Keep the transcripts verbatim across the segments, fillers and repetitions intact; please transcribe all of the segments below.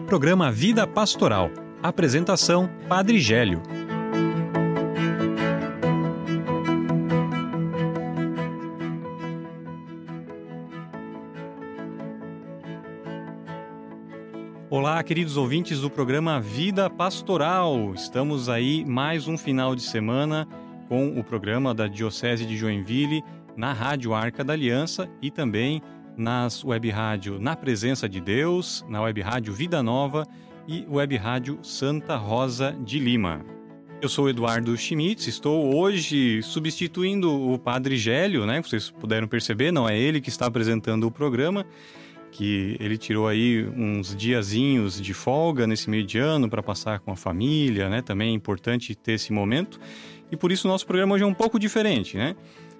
programa Vida Pastoral. Apresentação, Padre Gélio. Olá, queridos ouvintes do programa Vida Pastoral. Estamos aí mais um final de semana com o programa da Diocese de Joinville na Rádio Arca da Aliança e também nas web rádio Na Presença de Deus, na web rádio Vida Nova e web rádio Santa Rosa de Lima. Eu sou Eduardo Schmitz, estou hoje substituindo o Padre Gélio, né? Vocês puderam perceber, não é ele que está apresentando o programa, que ele tirou aí uns diazinhos de folga nesse meio de ano para passar com a família, né? Também é importante ter esse momento. E por isso o nosso programa hoje é um pouco diferente, né?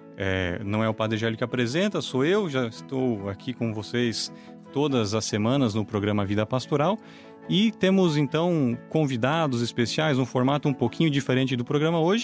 É, não é o Padre Gélio que apresenta, sou eu, já estou aqui com vocês todas as semanas no programa Vida Pastoral. E temos então convidados especiais, um formato um pouquinho diferente do programa hoje.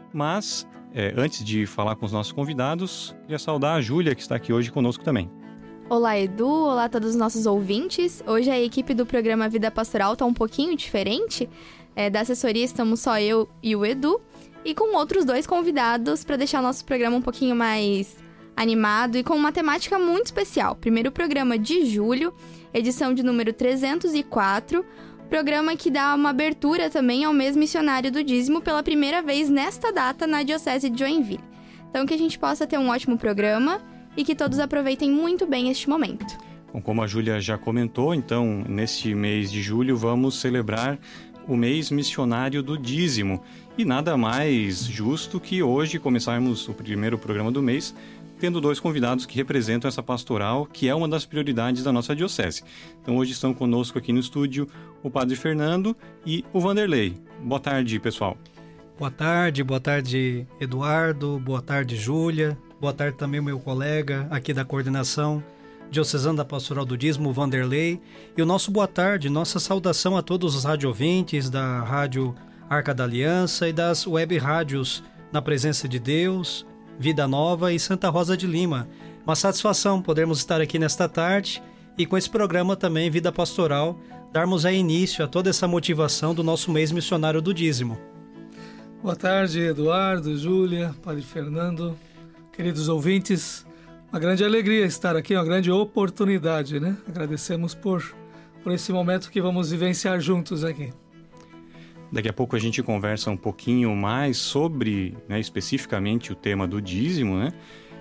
Mas é, antes de falar com os nossos convidados, queria saudar a Júlia, que está aqui hoje conosco também. Olá, Edu. Olá a todos os nossos ouvintes. Hoje a equipe do programa Vida Pastoral está um pouquinho diferente. É, da assessoria estamos só eu e o Edu. E com outros dois convidados para deixar o nosso programa um pouquinho mais animado e com uma temática muito especial. Primeiro programa de julho, edição de número trezentos e quatro. Programa que dá uma abertura também ao mês missionário do dízimo pela primeira vez nesta data na Diocese de Joinville. Então que a gente possa ter um ótimo programa e que todos aproveitem muito bem este momento. Bom, como a Júlia já comentou, então, neste mês de julho vamos celebrar o mês missionário do dízimo. E nada mais justo que hoje começarmos o primeiro programa do mês tendo dois convidados que representam essa pastoral, que é uma das prioridades da nossa diocese. Então hoje estão conosco aqui no estúdio o Padre Fernando e o Vanderlei. Boa tarde, pessoal. Boa tarde, boa tarde, Eduardo, boa tarde, Júlia. Boa tarde também o meu colega aqui da coordenação diocesana da Pastoral do Dízimo, Vanderlei. E o nosso boa tarde, nossa saudação a todos os radiovintes da Rádio Arca da Aliança e das web rádios Na Presença de Deus, Vida Nova e Santa Rosa de Lima. Uma satisfação podermos estar aqui nesta tarde e com esse programa também, Vida Pastoral, darmos aí início a toda essa motivação do nosso mês missionário do dízimo. Boa tarde, Eduardo, Júlia, Padre Fernando. Queridos ouvintes, uma grande alegria estar aqui, uma grande oportunidade, né? Agradecemos por, por esse momento que vamos vivenciar juntos aqui. Daqui a pouco a gente conversa um pouquinho mais sobre, né, especificamente o tema do dízimo, né?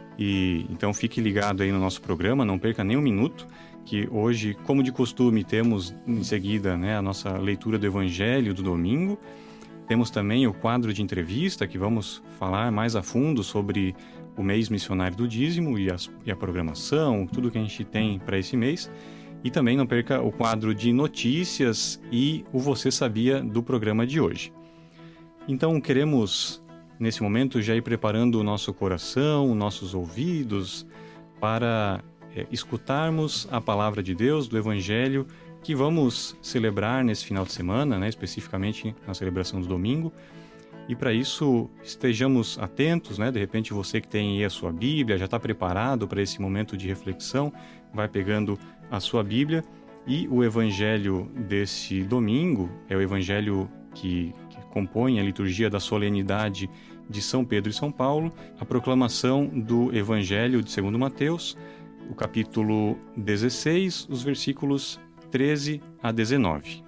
E então fique ligado aí no nosso programa, não perca nem um minuto, que hoje, como de costume, temos em seguida, né, a nossa leitura do Evangelho do domingo. Temos também o quadro de entrevista, que vamos falar mais a fundo sobre o mês missionário do dízimo e, as, e a programação, tudo que a gente tem para esse mês. E também não perca o quadro de notícias e o Você Sabia do programa de hoje. Então queremos, nesse momento, já ir preparando o nosso coração, nossos ouvidos, para é, escutarmos a palavra de Deus, do Evangelho, que vamos celebrar nesse final de semana, né, especificamente na celebração do domingo. E para isso estejamos atentos, né? De repente você que tem aí a sua Bíblia, já está preparado para esse momento de reflexão, vai pegando a sua Bíblia. E o Evangelho desse domingo é o Evangelho que, que compõe a liturgia da solenidade de São Pedro e São Paulo, a proclamação do Evangelho de segundo Mateus, o capítulo dezesseis, os versículos treze a dezenove.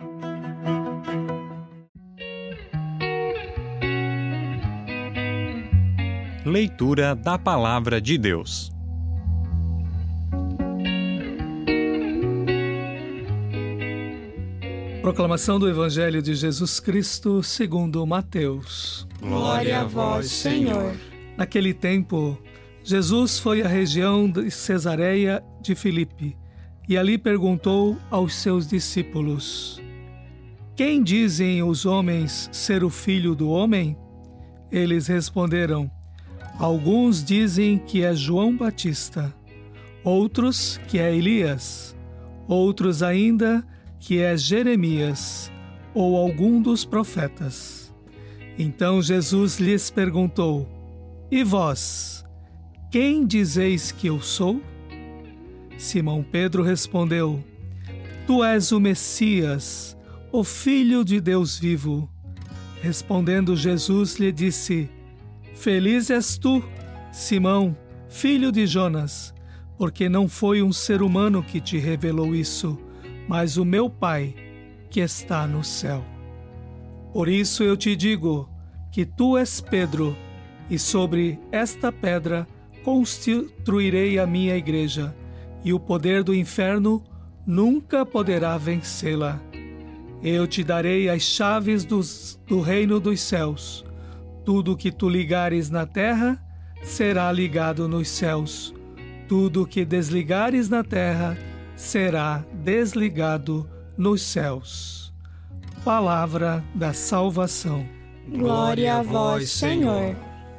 Leitura da Palavra de Deus. Proclamação do Evangelho de Jesus Cristo segundo Mateus. Glória a vós, Senhor. Naquele tempo, Jesus foi à região de Cesareia de Filipe e ali perguntou aos seus discípulos: Quem dizem os homens ser o Filho do Homem? Eles responderam: Alguns dizem que é João Batista, outros que é Elias, outros ainda que é Jeremias ou algum dos profetas. Então Jesus lhes perguntou: E vós, quem dizeis que eu sou? Simão Pedro respondeu: tu és o Messias, o Filho de Deus vivo. Respondendo Jesus lhe disse: Feliz és tu, Simão, filho de Jonas, porque não foi um ser humano que te revelou isso, mas o meu Pai, que está no céu. Por isso eu te digo que tu és Pedro, e sobre esta pedra construirei a minha igreja, e o poder do inferno nunca poderá vencê-la. Eu te darei as chaves dos, do reino dos céus. Tudo que tu ligares na terra será ligado nos céus. Tudo que desligares na terra será desligado nos céus. Palavra da salvação. Glória a vós, Senhor.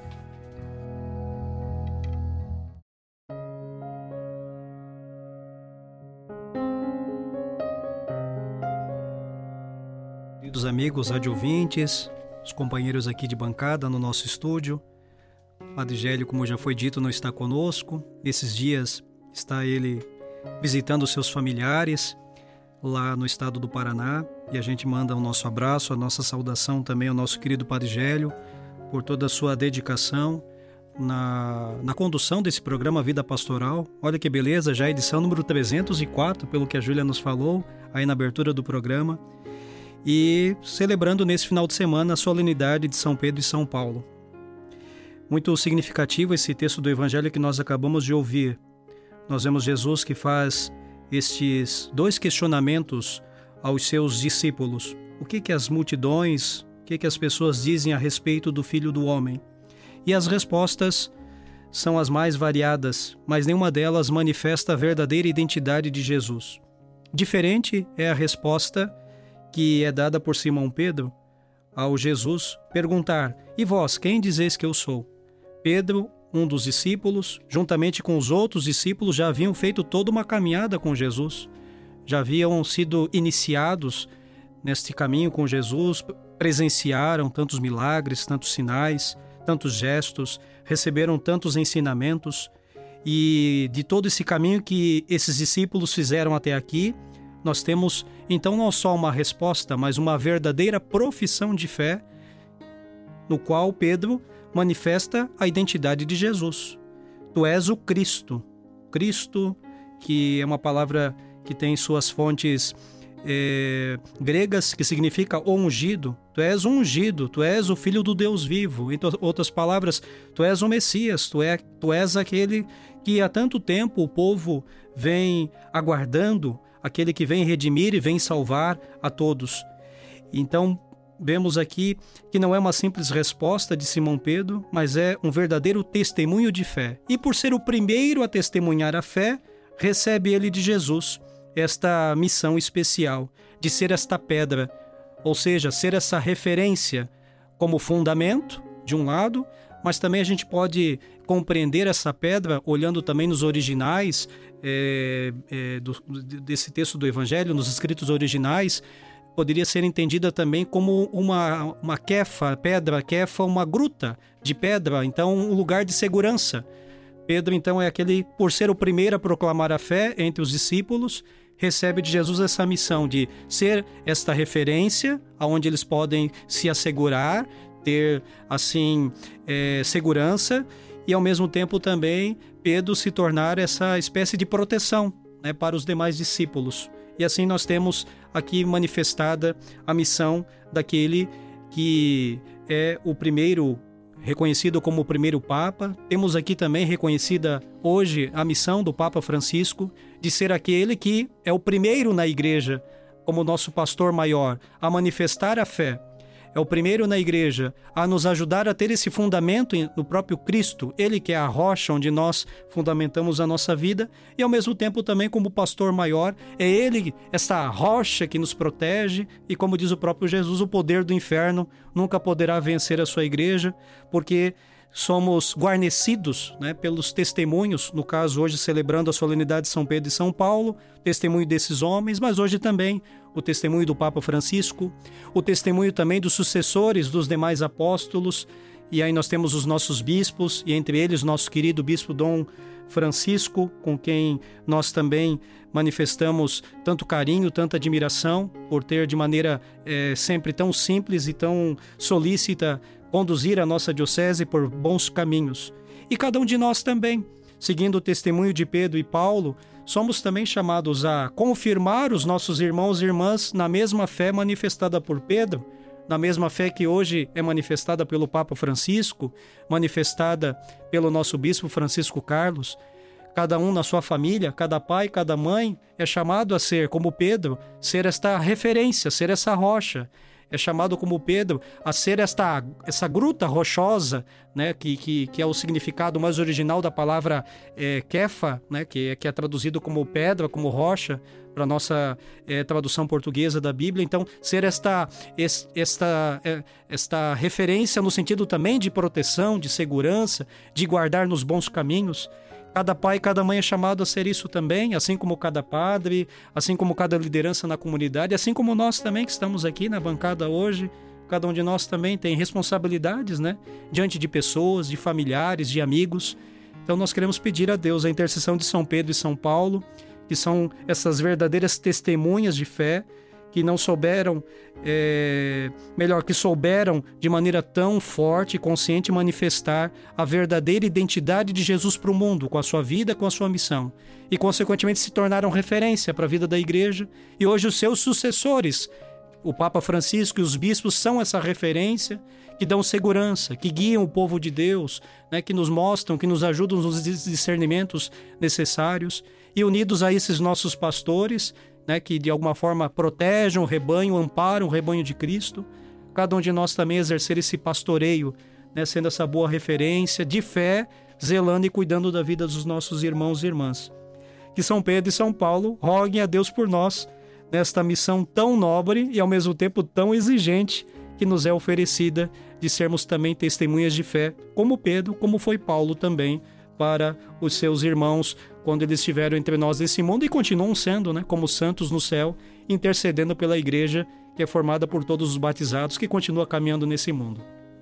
Queridos amigos radiovintes, os companheiros aqui de bancada no nosso estúdio, Padre Gélio, como já foi dito, não está conosco. Esses dias está ele visitando seus familiares lá no estado do Paraná, e a gente manda o nosso abraço, a nossa saudação também ao nosso querido Padre Gélio por toda a sua dedicação na, na condução desse programa Vida Pastoral. Olha que beleza, já a edição número trezentos e quatro, pelo que a Júlia nos falou aí na abertura do programa, e celebrando nesse final de semana a solenidade de São Pedro e São Paulo. Muito significativo esse texto do Evangelho que nós acabamos de ouvir. Nós vemos Jesus que faz estes dois questionamentos aos seus discípulos. O que que as multidões, o que que as pessoas dizem a respeito do Filho do Homem? E as respostas são as mais variadas, mas nenhuma delas manifesta a verdadeira identidade de Jesus. Diferente é a resposta que é dada por Simão Pedro ao Jesus perguntar: E vós, quem dizeis que eu sou? Pedro, um dos discípulos, juntamente com os outros discípulos, já haviam feito toda uma caminhada com Jesus. Já haviam sido iniciados neste caminho com Jesus, presenciaram tantos milagres, tantos sinais, tantos gestos, receberam tantos ensinamentos. E de todo esse caminho que esses discípulos fizeram até aqui, nós temos então não só uma resposta, mas uma verdadeira profissão de fé, no qual Pedro manifesta a identidade de Jesus. Tu és o Cristo. Cristo, que é uma palavra que tem suas fontes é, gregas, que significa o ungido. Tu és o ungido, tu és o Filho do Deus vivo. Em outras palavras, tu és o Messias, tu, é, tu és aquele que há tanto tempo o povo vem aguardando, aquele que vem redimir e vem salvar a todos. Então, vemos aqui que não é uma simples resposta de Simão Pedro, mas é um verdadeiro testemunho de fé. E por ser o primeiro a testemunhar a fé, recebe ele de Jesus esta missão especial de ser esta pedra, ou seja, ser essa referência como fundamento, de um lado, mas também a gente pode compreender essa pedra olhando também nos originais é, é, do, desse texto do Evangelho, nos escritos originais, poderia ser entendida também como uma, uma kefa, pedra, kefa, uma gruta de pedra, então um lugar de segurança. Pedro, então, é aquele, por ser o primeiro a proclamar a fé entre os discípulos, recebe de Jesus essa missão de ser esta referência, aonde eles podem se assegurar, ter, assim, é, segurança, e ao mesmo tempo também Pedro se tornar essa espécie de proteção, né, para os demais discípulos. E assim nós temos aqui manifestada a missão daquele que é o primeiro, reconhecido como o primeiro Papa. Temos aqui também reconhecida hoje a missão do Papa Francisco de ser aquele que é o primeiro na Igreja, como nosso pastor maior, a manifestar a fé. É o primeiro na Igreja a nos ajudar a ter esse fundamento no próprio Cristo, Ele que é a rocha onde nós fundamentamos a nossa vida, e ao mesmo tempo também como pastor maior, é Ele, essa rocha que nos protege, e como diz o próprio Jesus, o poder do inferno nunca poderá vencer a sua Igreja, porque somos guarnecidos, né, pelos testemunhos, no caso hoje celebrando a solenidade de São Pedro e São Paulo, testemunho desses homens, mas hoje também o testemunho do Papa Francisco, o testemunho também dos sucessores dos demais apóstolos, E aí nós temos os nossos bispos, e entre eles nosso querido bispo Dom Francisco, com quem nós também manifestamos tanto carinho, tanta admiração, por ter de maneira é, sempre tão simples e tão solícita conduzir a nossa diocese por bons caminhos. E cada um de nós também, seguindo o testemunho de Pedro e Paulo, somos também chamados a confirmar os nossos irmãos e irmãs na mesma fé manifestada por Pedro, na mesma fé que hoje é manifestada pelo Papa Francisco, manifestada pelo nosso Bispo Francisco Carlos. Cada um na sua família, cada pai, cada mãe é chamado a ser, como Pedro, ser esta referência, ser essa rocha. É chamado como Pedro a ser esta, essa gruta rochosa, né, que, que, que é o significado mais original da palavra é, kefa, né, que, é, que é traduzido como pedra, como rocha, para a nossa é, tradução portuguesa da Bíblia. Então, ser esta, esta, é, esta referência no sentido também de proteção, de segurança, de guardar nos bons caminhos. Cada pai e cada mãe é chamado a ser isso também, assim como cada padre, assim como cada liderança na comunidade, assim como nós também que estamos aqui na bancada hoje. Cada um de nós também tem responsabilidades, né? Diante de pessoas, de familiares, de amigos. Então nós queremos pedir a Deus a intercessão de São Pedro e São Paulo, que são essas verdadeiras testemunhas de fé, que não souberam, é, melhor, que souberam de maneira tão forte e consciente manifestar a verdadeira identidade de Jesus para o mundo, com a sua vida, com a sua missão. E, consequentemente, se tornaram referência para a vida da Igreja. E hoje os seus sucessores, o Papa Francisco e os bispos, são essa referência que dão segurança, que guiam o povo de Deus, né, que nos mostram, que nos ajudam nos discernimentos necessários. E unidos a esses nossos pastores, né, que de alguma forma protegem o rebanho, amparam o rebanho de Cristo, cada um de nós também exercer esse pastoreio, né, sendo essa boa referência de fé, zelando e cuidando da vida dos nossos irmãos e irmãs. Que São Pedro e São Paulo roguem a Deus por nós, nesta missão tão nobre e ao mesmo tempo tão exigente que nos é oferecida, de sermos também testemunhas de fé, como Pedro, como foi Paulo também, para os seus irmãos, quando eles estiveram entre nós nesse mundo, e continuam sendo, né, como santos no céu, intercedendo pela Igreja, que é formada por todos os batizados, que continua caminhando nesse mundo.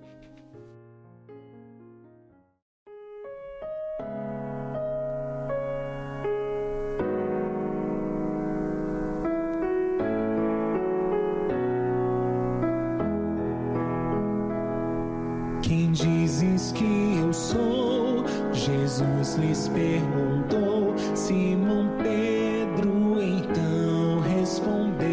Quem dizes que eu sou? Jesus lhes perguntou. Simão Pedro então respondeu: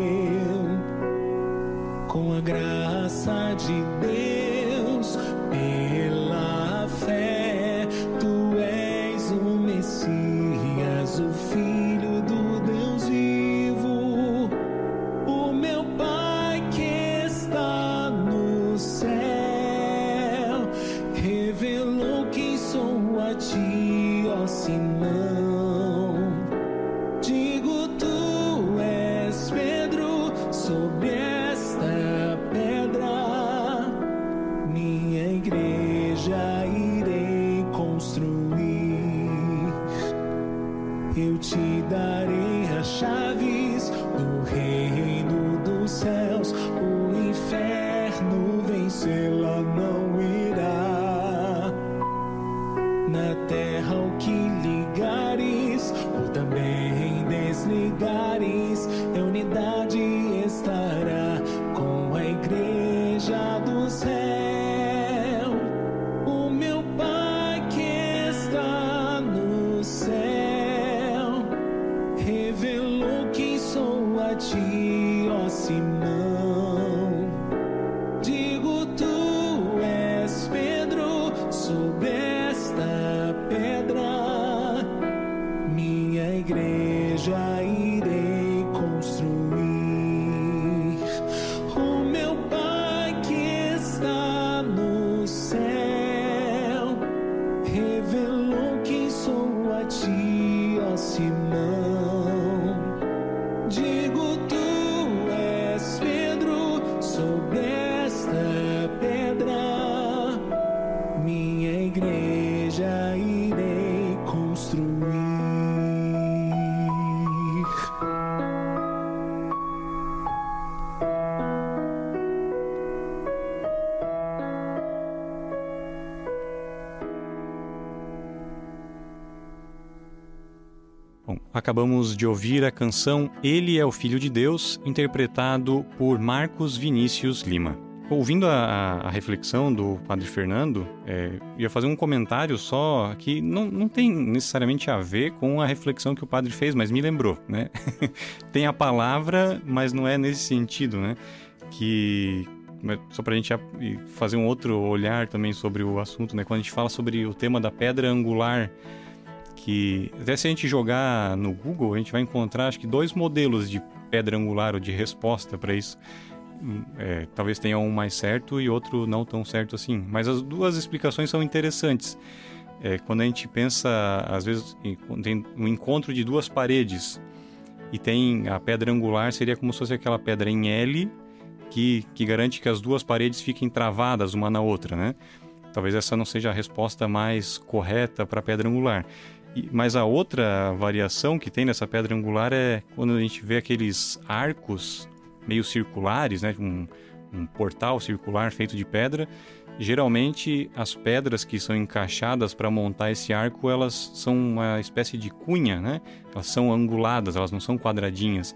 com a graça de Deus, pela fé, tu és o Messias, o Filho do Deus vivo. O meu Pai que está no céu revelou quem sou a ti, ó Simão. Digo, tu és Pedro, sobre esta pedra minha igreja irei construir. Eu te darei as chaves do reino dos céus, o inferno vencê-la não irá. Na terra o que ligares, ou também desligares, em unidade estará com a igreja do céu. O meu Pai que está no céu revelou quem sou a ti, ó Simão. Digo, tu és Pedro, sobre esta pedra minha igreja irei construir. O meu Pai que está no céu revelou quem sou a ti, ó Simão. Digo, tu és Pedro, sobre esta pedra minha igreja irei construir. Bom, acabamos de ouvir a canção Ele é o Filho de Deus, interpretado por Marcos Vinícius Lima. Ouvindo a, a reflexão do Padre Fernando, é, eu ia fazer um comentário só que não, não tem necessariamente a ver com a reflexão que o Padre fez, mas me lembrou, né? Tem a palavra, mas não é nesse sentido, né? Que, só para a gente fazer um outro olhar também sobre o assunto, né? Quando a gente fala sobre o tema da pedra angular, que até se a gente jogar no Google, a gente vai encontrar acho que dois modelos de pedra angular ou de resposta para isso. É, talvez tenha um mais certo e outro não tão certo assim. Mas as duas explicações são interessantes. É, quando a gente pensa, às vezes, tem um encontro de duas paredes e tem a pedra angular, seria como se fosse aquela pedra em L que, que garante que as duas paredes fiquem travadas uma na outra, né? Talvez essa não seja a resposta mais correta para a pedra angular. E, mas a outra variação que tem nessa pedra angular é quando a gente vê aqueles arcos meio circulares, né? um, um portal circular feito de pedra. Geralmente as pedras que são encaixadas para montar esse arco, elas são uma espécie de cunha, né? Elas são anguladas, elas não são quadradinhas.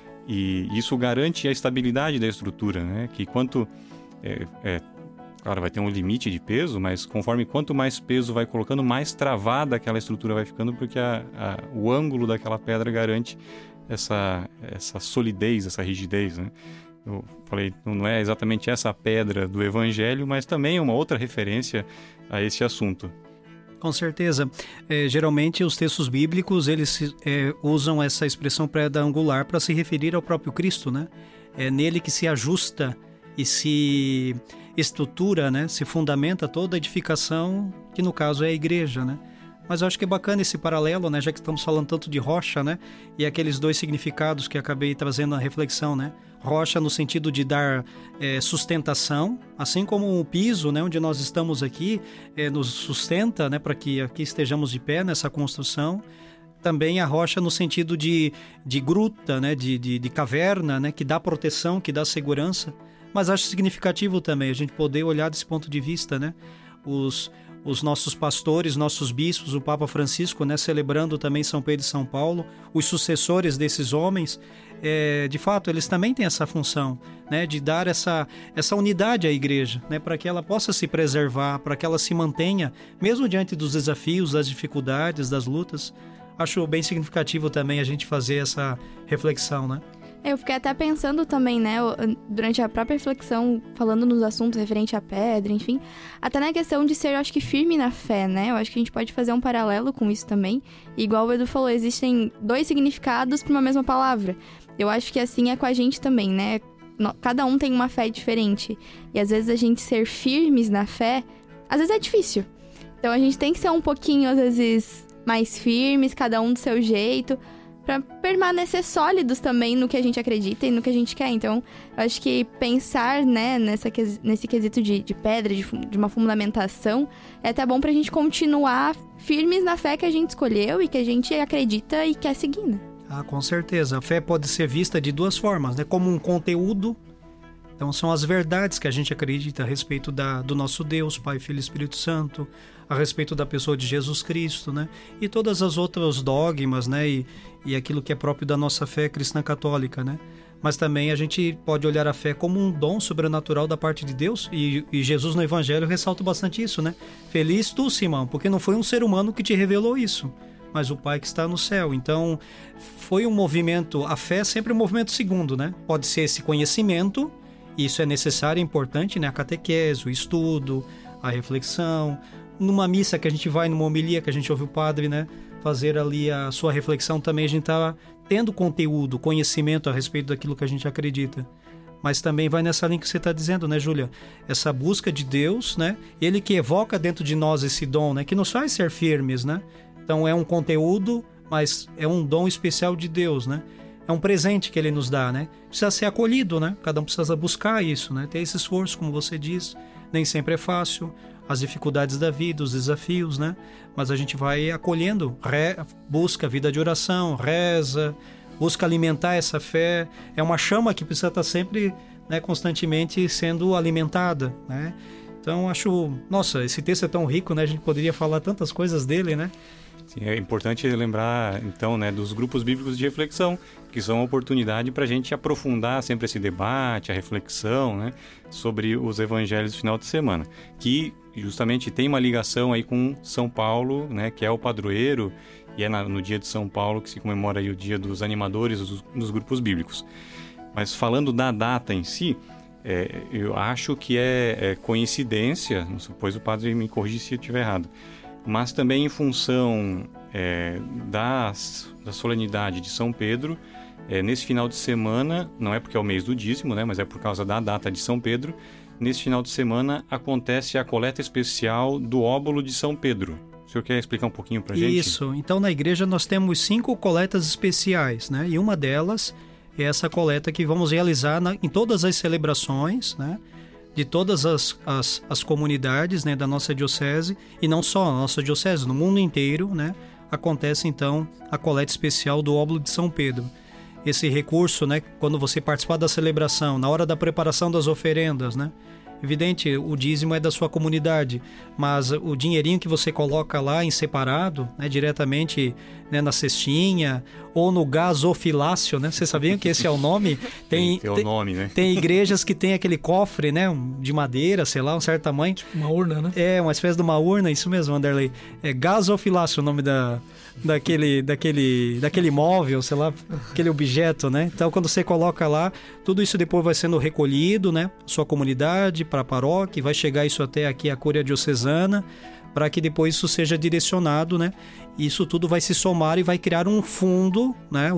E isso garante a estabilidade da estrutura, né? Que quanto... É, é, claro, vai ter um limite de peso, mas conforme quanto mais peso vai colocando, mais travada aquela estrutura vai ficando, porque a, a, o ângulo daquela pedra garante essa, essa solidez, essa rigidez, né? Eu falei, não é exatamente essa pedra do Evangelho, mas também é uma outra referência a esse assunto. Com certeza. É, geralmente os textos bíblicos, eles é, usam essa expressão pedra angular para se referir ao próprio Cristo, né? É nele que se ajusta e se estrutura, né? Se fundamenta toda a edificação, que no caso é a igreja, né? Mas eu acho que é bacana esse paralelo, né? Já que estamos falando tanto de rocha, né? E aqueles dois significados que acabei trazendo na reflexão, né? Rocha no sentido de dar é, sustentação, assim como o piso, né? Onde nós estamos aqui, é, nos sustenta, né? Para que aqui estejamos de pé nessa construção. Também a rocha no sentido de, de gruta, né? De, de, de caverna, né? Que dá proteção, que dá segurança. Mas acho significativo também a gente poder olhar desse ponto de vista, né? Os... Os nossos pastores, nossos bispos, o Papa Francisco, né, celebrando também São Pedro e São Paulo, os sucessores desses homens, é, de fato, eles também têm essa função, né, de dar essa, essa unidade à igreja, né, para que ela possa se preservar, para que ela se mantenha, mesmo diante dos desafios, das dificuldades, das lutas. Acho bem significativo também a gente fazer essa reflexão, né? Eu fiquei até pensando também, né, durante a própria reflexão, falando nos assuntos referente à pedra, enfim, até na questão de ser, eu acho que, firme na fé, né? Eu acho que a gente pode fazer um paralelo com isso também. E igual o Edu falou, existem dois significados para uma mesma palavra. Eu acho que assim é com a gente também, né? Cada um tem uma fé diferente. E às vezes a gente ser firmes na fé, às vezes é difícil. Então a gente tem que ser um pouquinho, às vezes, mais firmes, cada um do seu jeito, para permanecer sólidos também no que a gente acredita e no que a gente quer. Então, eu acho que pensar, né, nessa, nesse quesito de, de pedra, de, de uma fundamentação, é até bom pra gente continuar firmes na fé que a gente escolheu e que a gente acredita e quer seguir, né? Ah, com certeza. A fé pode ser vista de duas formas, né? Como um conteúdo. Então, são as verdades que a gente acredita a respeito da, do nosso Deus, Pai, Filho e Espírito Santo, a respeito da pessoa de Jesus Cristo, né? E todas as outras dogmas, né? E, e aquilo que é próprio da nossa fé cristã católica, né? Mas também a gente pode olhar a fé como um dom sobrenatural da parte de Deus, e, e Jesus no Evangelho ressalta bastante isso, né? Feliz tu, Simão, porque não foi um ser humano que te revelou isso, mas o Pai que está no céu. Então, foi um movimento, a fé é sempre um movimento segundo, né? Pode ser esse conhecimento, isso é necessário e importante, né? A catequese, o estudo, a reflexão. Numa missa que a gente vai, numa homilia que a gente ouve o padre, né, fazer ali a sua reflexão, também a gente está tendo conteúdo, conhecimento a respeito daquilo que a gente acredita. Mas também vai nessa linha que você está dizendo, né, Júlia? Essa busca de Deus, né? Ele que evoca dentro de nós esse dom, né? Que nos faz ser firmes, né? Então é um conteúdo, mas é um dom especial de Deus, né? É um presente que Ele nos dá, né? Precisa ser acolhido, né? Cada um precisa buscar isso, né? Ter esse esforço, como você diz. Nem sempre é fácil. As dificuldades da vida, os desafios, né? Mas a gente vai acolhendo, re, busca vida de oração, reza, busca alimentar essa fé. É uma chama que precisa estar sempre, né, constantemente sendo alimentada, né? Então, acho... Nossa, esse texto é tão rico, né? A gente poderia falar tantas coisas dele, né? Sim, é importante lembrar, então, né, dos grupos bíblicos de reflexão, que são uma oportunidade para a gente aprofundar sempre esse debate, a reflexão, né, sobre os evangelhos do final de semana, que justamente tem uma ligação aí com São Paulo, né, que é o padroeiro, e é na, no dia de São Paulo que se comemora aí o dia dos animadores dos, dos grupos bíblicos. Mas falando da data em si, é, eu acho que é, é coincidência, depois o padre me corrige se eu estiver errado, mas também em função é, das, da solenidade de São Pedro, é, nesse final de semana, não é porque é o mês do dízimo, né, mas é por causa da data de São Pedro, nesse final de semana acontece a coleta especial do óbolo de São Pedro. O senhor quer explicar um pouquinho para a gente? Isso, então na igreja nós temos cinco coletas especiais, né, e uma delas é essa coleta que vamos realizar na, em todas as celebrações, né, de todas as, as, as comunidades, né, da nossa diocese, e não só a nossa diocese, no mundo inteiro, né, acontece então a coleta especial do óbolo de São Pedro. Esse recurso, né, quando você participar da celebração, na hora da preparação das oferendas, né, evidente, o dízimo é da sua comunidade, mas o dinheirinho que você coloca lá em separado, né, diretamente, né, na cestinha ou no gasofilácio, né? Vocês sabiam que esse é o nome? Tem, tem, tem o nome, né? Tem igrejas que tem aquele cofre, né, de madeira, sei lá, um certo tamanho. Tipo uma urna, né? É, uma espécie de uma urna, isso mesmo, Anderley. É gasofilácio o nome da, daquele, daquele, daquele móvel, sei lá, aquele objeto, né? Então, quando você coloca lá, tudo isso depois vai sendo recolhido, né? Sua comunidade, para a paróquia, vai chegar isso até aqui a Cúria Diocesana, para que depois isso seja direcionado, né? Isso tudo vai se somar e vai criar um fundo, né?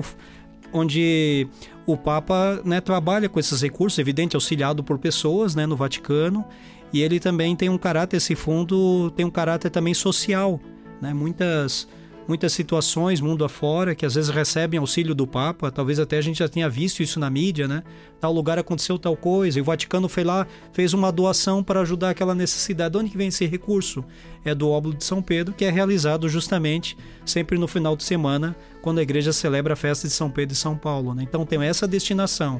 Onde o Papa, né, trabalha com esses recursos, evidente, auxiliado por pessoas, né, no Vaticano, e ele também tem um caráter, esse fundo tem um caráter também social, né? Muitas... Muitas situações, mundo afora, que às vezes recebem auxílio do Papa, talvez até a gente já tenha visto isso na mídia, né? Tal lugar aconteceu tal coisa, e o Vaticano foi lá, fez uma doação para ajudar aquela necessidade. De onde que vem esse recurso? É do óbolo de São Pedro, que é realizado justamente sempre no final de semana, quando a igreja celebra a festa de São Pedro e São Paulo, né? Então tem essa destinação.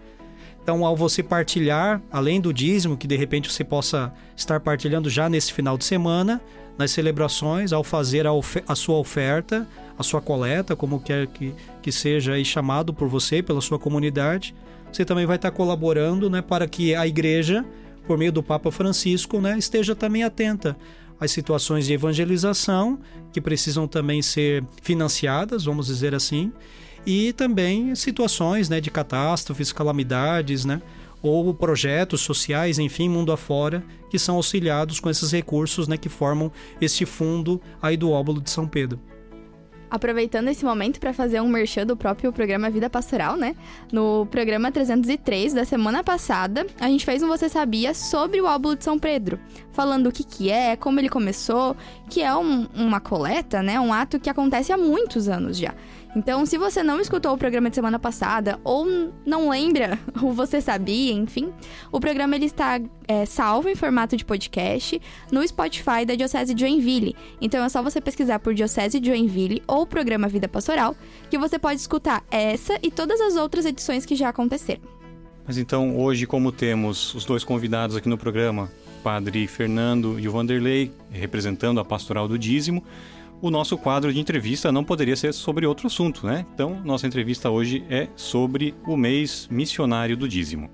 Então, ao você partilhar, além do dízimo, que de repente você possa estar partilhando já nesse final de semana, nas celebrações, ao fazer a, a sua oferta, a sua coleta, como quer que, que seja aí chamado por você, pela sua comunidade, você também vai estar colaborando, né, para que a igreja, por meio do Papa Francisco, né, esteja também atenta às situações de evangelização, que precisam também ser financiadas, vamos dizer assim, e também situações, né, de catástrofes, calamidades, né, ou projetos sociais, enfim, mundo afora, que são auxiliados com esses recursos, né, que formam este fundo aí do óbolo de São Pedro. Aproveitando esse momento para fazer um merchan do próprio programa Vida Pastoral, né? No programa trezentos e três da semana passada, a gente fez um Você Sabia sobre o óbolo de São Pedro, falando o que que é, como ele começou, que é um, uma coleta, né? Um ato que acontece há muitos anos já. Então, se você não escutou o programa de semana passada ou não lembra o Você Sabia, enfim, o programa ele está é, salvo em formato de podcast no Spotify da Diocese de Joinville. Então, é só você pesquisar por Diocese de Joinville ou Programa Vida Pastoral, que você pode escutar essa e todas as outras edições que já aconteceram. Mas então, hoje, como temos os dois convidados aqui no programa, o Padre Fernando e o Vanderlei, representando a Pastoral do Dízimo, o nosso quadro de entrevista não poderia ser sobre outro assunto, né? Então, nossa entrevista hoje é sobre o mês missionário do dízimo.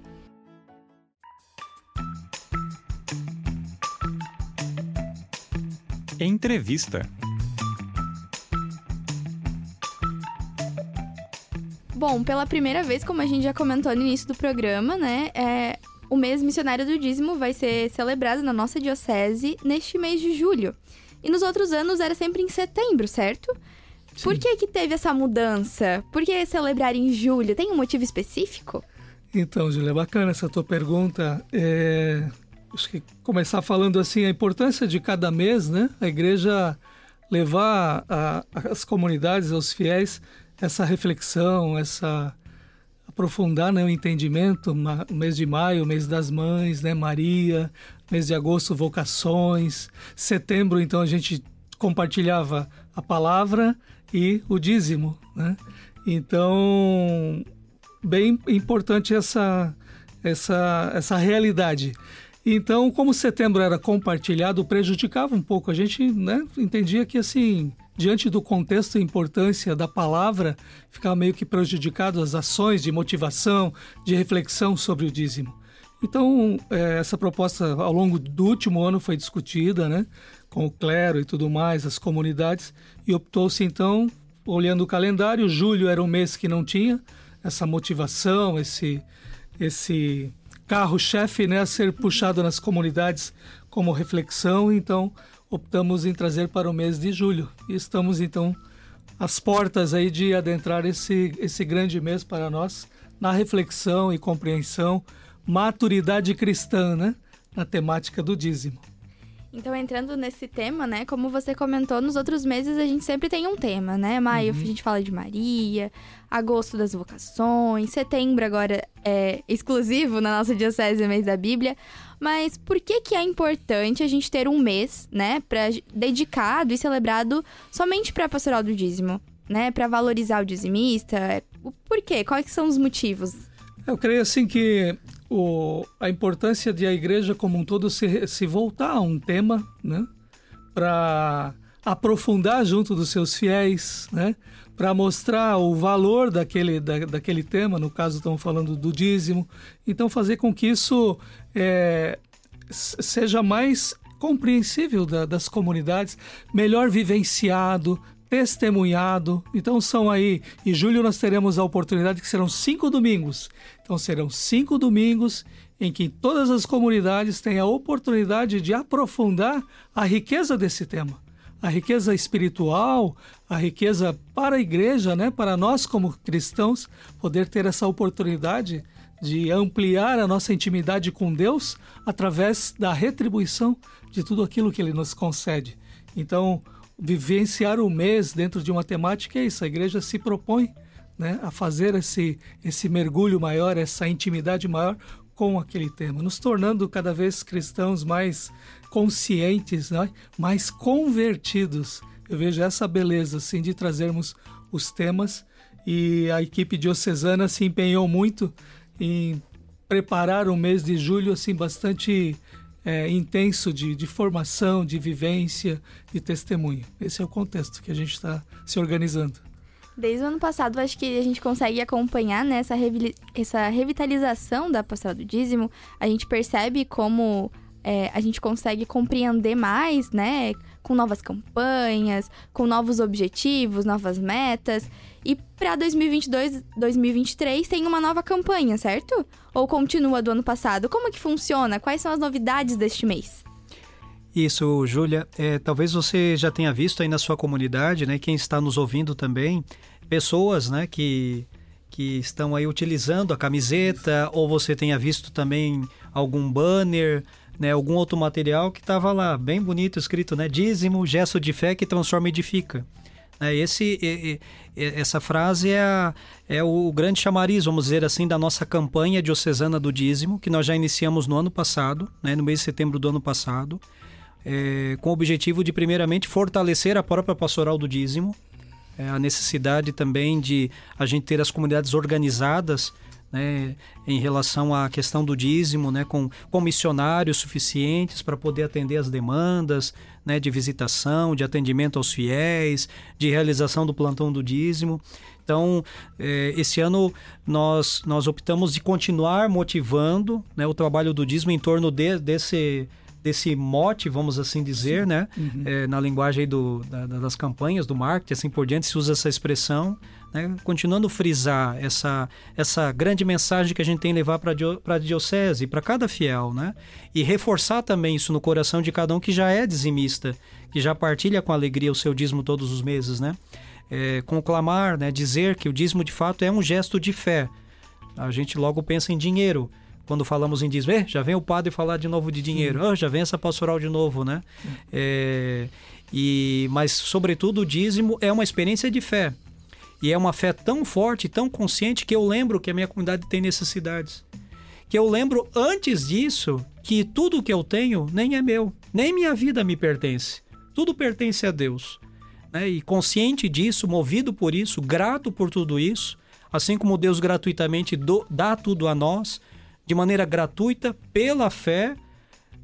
Entrevista. Bom, pela primeira vez, como a gente já comentou no início do programa, né? É, o mês missionário do dízimo vai ser celebrado na nossa diocese neste mês de julho. E nos outros anos era sempre em setembro, certo? Sim. Por que que teve essa mudança? Por que celebrar em julho? Tem um motivo específico? Então, Júlia, é bacana essa tua pergunta. É... Acho que começar falando assim, a importância de cada mês, né? A igreja levar a, as comunidades, aos fiéis, essa reflexão, essa... aprofundar, né, o entendimento, o mês de maio, o mês das mães, né, Maria, mês de agosto, vocações, setembro, então a gente compartilhava a palavra e o dízimo, né? Então, bem importante essa, essa, essa realidade. Então, como setembro era compartilhado, prejudicava um pouco, a gente, né, entendia que assim, diante do contexto e importância da palavra, ficava meio que prejudicado as ações de motivação, de reflexão sobre o dízimo. Então, é, essa proposta ao longo do último ano foi discutida, né, com o clero e tudo mais, as comunidades, e optou-se então, olhando o calendário, julho era um mês que não tinha essa motivação, esse, esse carro-chefe, né, a ser puxado nas comunidades como reflexão, então optamos em trazer para o mês de julho. E estamos então às portas aí de adentrar esse, esse grande mês para nós, na reflexão e compreensão, maturidade cristã, né, na temática do dízimo. Então, entrando nesse tema, né, como você comentou, nos outros meses a gente sempre tem um tema, né? Maio uhum. a gente fala de Maria, agosto das vocações, setembro agora é exclusivo na nossa diocese, mês da Bíblia. Mas por que que é importante a gente ter um mês, né, pra, dedicado e celebrado somente para a pastoral do dízimo, né? Para valorizar o dizimista? Por quê? Quais são os motivos? Eu creio assim que o, a importância de a igreja como um todo se, se voltar a um tema, né, para aprofundar junto dos seus fiéis, né, para mostrar o valor daquele, da, daquele tema, no caso estamos falando do dízimo, então fazer com que isso é, seja mais compreensível da, das comunidades, melhor vivenciado, testemunhado. Então são aí, em julho nós teremos a oportunidade que serão cinco domingos. Então serão cinco domingos em que todas as comunidades têm a oportunidade de aprofundar a riqueza desse tema. A riqueza espiritual, a riqueza para a igreja, né? Para nós como cristãos, poder ter essa oportunidade de ampliar a nossa intimidade com Deus através da retribuição de tudo aquilo que Ele nos concede. Então, vivenciar o mês dentro de uma temática é isso. A igreja se propõe, né, a fazer esse, esse mergulho maior, essa intimidade maior com aquele tema, nos tornando cada vez cristãos mais conscientes, né, mais convertidos. Eu vejo essa beleza assim, de trazermos os temas, e a equipe diocesana se empenhou muito em preparar o mês de julho assim, bastante É, intenso de, de formação, de vivência, de testemunho. Esse é o contexto que a gente está se organizando. Desde o ano passado, acho que a gente consegue acompanhar, né, essa, revi- essa revitalização da pastoral do dízimo. A gente percebe como é, a gente consegue compreender mais, né, com novas campanhas, com novos objetivos, novas metas. E para dois mil e vinte e dois, dois mil e vinte e três tem uma nova campanha, certo? Ou continua do ano passado? Como que funciona? Quais são as novidades deste mês? Isso, Júlia. É, talvez você já tenha visto aí na sua comunidade, né? Quem está nos ouvindo também, pessoas, né, que, que estão aí utilizando a camiseta, ou você tenha visto também algum banner, né, algum outro material que estava lá, bem bonito, escrito, né? Dízimo, gesto de fé que transforma e edifica. Esse, essa frase é, a, é o grande chamariz, vamos dizer assim, da nossa campanha diocesana do dízimo, que nós já iniciamos no ano passado, né, no mês de setembro do ano passado, é, com o objetivo de, primeiramente, fortalecer a própria pastoral do dízimo, é, a necessidade também de a gente ter as comunidades organizadas, né, em relação à questão do dízimo, né, com, com missionários suficientes para poder atender as demandas, né, de visitação, de atendimento aos fiéis, de realização do plantão do dízimo. Então, eh, esse ano nós, nós optamos de continuar motivando, né, o trabalho do dízimo em torno de, desse, desse mote, vamos assim dizer, né, uhum. eh, na linguagem do, da, das campanhas, do marketing, assim por diante, se usa essa expressão, né, continuando a frisar essa, essa grande mensagem que a gente tem que levar para a diocese, para cada fiel, né? E reforçar também isso no coração de cada um que já é dizimista, que já partilha com alegria o seu dízimo todos os meses, né? É, conclamar, né, dizer que o dízimo de fato é um gesto de fé. A gente logo pensa em dinheiro. Quando falamos em dízimo, eh, já vem o padre falar de novo de dinheiro, oh, já vem essa pastoral de novo, né? É, e, mas, sobretudo, o dízimo é uma experiência de fé. E é uma fé tão forte, tão consciente, que eu lembro que a minha comunidade tem necessidades. Que eu lembro, antes disso, que tudo que eu tenho nem é meu, nem minha vida me pertence. Tudo pertence a Deus. Né? E consciente disso, movido por isso, grato por tudo isso, assim como Deus gratuitamente do, dá tudo a nós, de maneira gratuita, pela fé,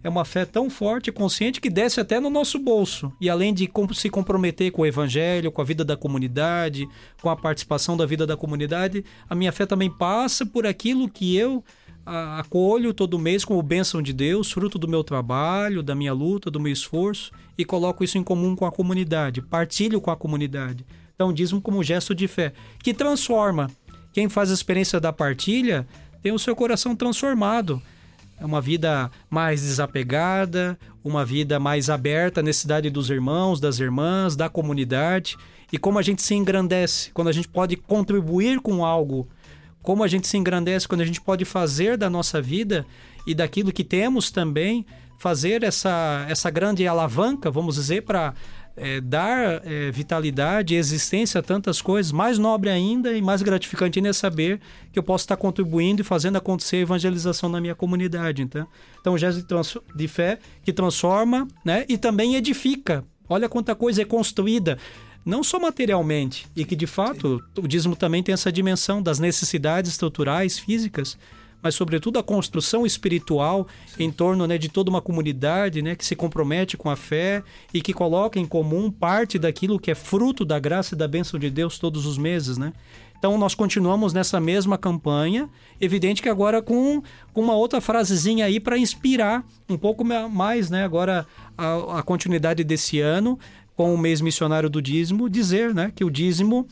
é uma fé tão forte e consciente que desce até no nosso bolso. E além de se comprometer com o evangelho, com a vida da comunidade, com a participação da vida da comunidade, a minha fé também passa por aquilo que eu acolho todo mês como bênção de Deus, fruto do meu trabalho, da minha luta, do meu esforço, e coloco isso em comum com a comunidade, partilho com a comunidade. Então, dízimo como gesto de fé, que transforma. Quem faz a experiência da partilha tem o seu coração transformado. É uma vida mais desapegada, uma vida mais aberta à necessidade dos irmãos, das irmãs, da comunidade. E como a gente se engrandece, quando a gente pode contribuir com algo, como a gente se engrandece quando a gente pode fazer da nossa vida e daquilo que temos também, fazer essa, essa grande alavanca, vamos dizer, para é, dar é, vitalidade e existência a tantas coisas. Mais nobre ainda e mais gratificante ainda é saber que eu posso estar contribuindo e fazendo acontecer a evangelização na minha comunidade. Então, então o gesto de, trans, de fé que transforma, né, e também edifica. Olha quanta coisa é construída. Não só materialmente, e que de fato Sim. o dízimo também tem essa dimensão das necessidades estruturais, físicas, mas sobretudo a construção espiritual Sim. em torno, né, de toda uma comunidade, né, que se compromete com a fé e que coloca em comum parte daquilo que é fruto da graça e da bênção de Deus todos os meses, né? Então nós continuamos nessa mesma campanha, evidente que agora com, com uma outra frasezinha aí para inspirar um pouco mais, né, agora a, a continuidade desse ano, com o mês missionário do dízimo, dizer, né, que o dízimo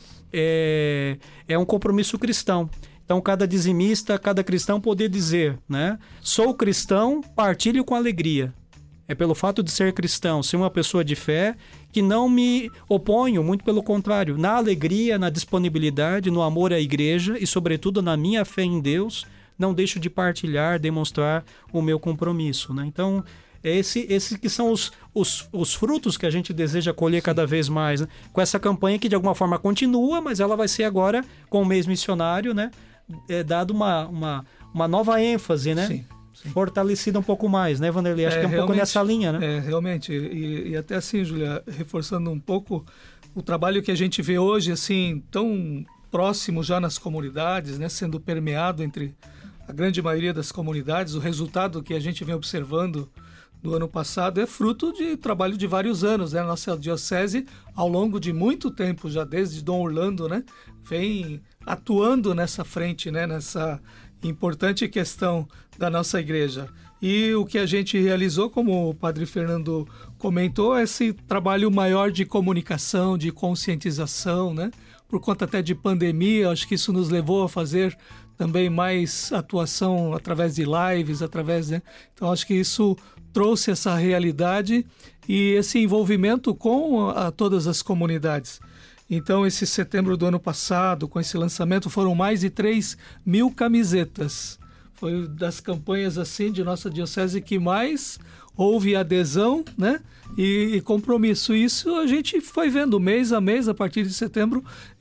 é, é um compromisso cristão. Então, cada dizimista, cada cristão poder dizer, né, sou cristão, partilho com alegria. É pelo fato de ser cristão, ser uma pessoa de fé, que não me oponho, muito pelo contrário, na alegria, na disponibilidade, no amor à igreja e, sobretudo, na minha fé em Deus, não deixo de partilhar, demonstrar o meu compromisso, né? Então, Esse, esses que são os, os, os frutos que a gente deseja colher cada vez mais, né? Com essa campanha que de alguma forma continua, mas ela vai ser agora, com o mês missionário, né? É dado uma, uma, uma nova ênfase, né? Sim, sim. Fortalecida um pouco mais, né, Vanderlei? Acho é, que é um pouco nessa linha, né? É, realmente. E, e até assim, Júlia, reforçando um pouco o trabalho que a gente vê hoje, assim, tão próximo já nas comunidades, né? Sendo permeado entre a grande maioria das comunidades, o resultado que a gente vem observando do ano passado é fruto de trabalho de vários anos, né? Nossa diocese, ao longo de muito tempo, já desde Dom Orlando, né, vem atuando nessa frente, né, nessa importante questão da nossa igreja. E o que a gente realizou, como o Padre Fernando comentou, é esse trabalho maior de comunicação, de conscientização, né? Por conta até de pandemia, acho que isso nos levou a fazer também mais atuação através de lives, através, né? Então, acho que isso trouxe essa realidade e esse envolvimento com a, a todas as comunidades. Então, esse setembro do ano passado, com esse lançamento, foram mais de três mil camisetas. Foi das campanhas assim de nossa diocese que mais houve adesão, né? E, e compromisso. Isso a gente foi vendo mês a mês, a partir de setembro,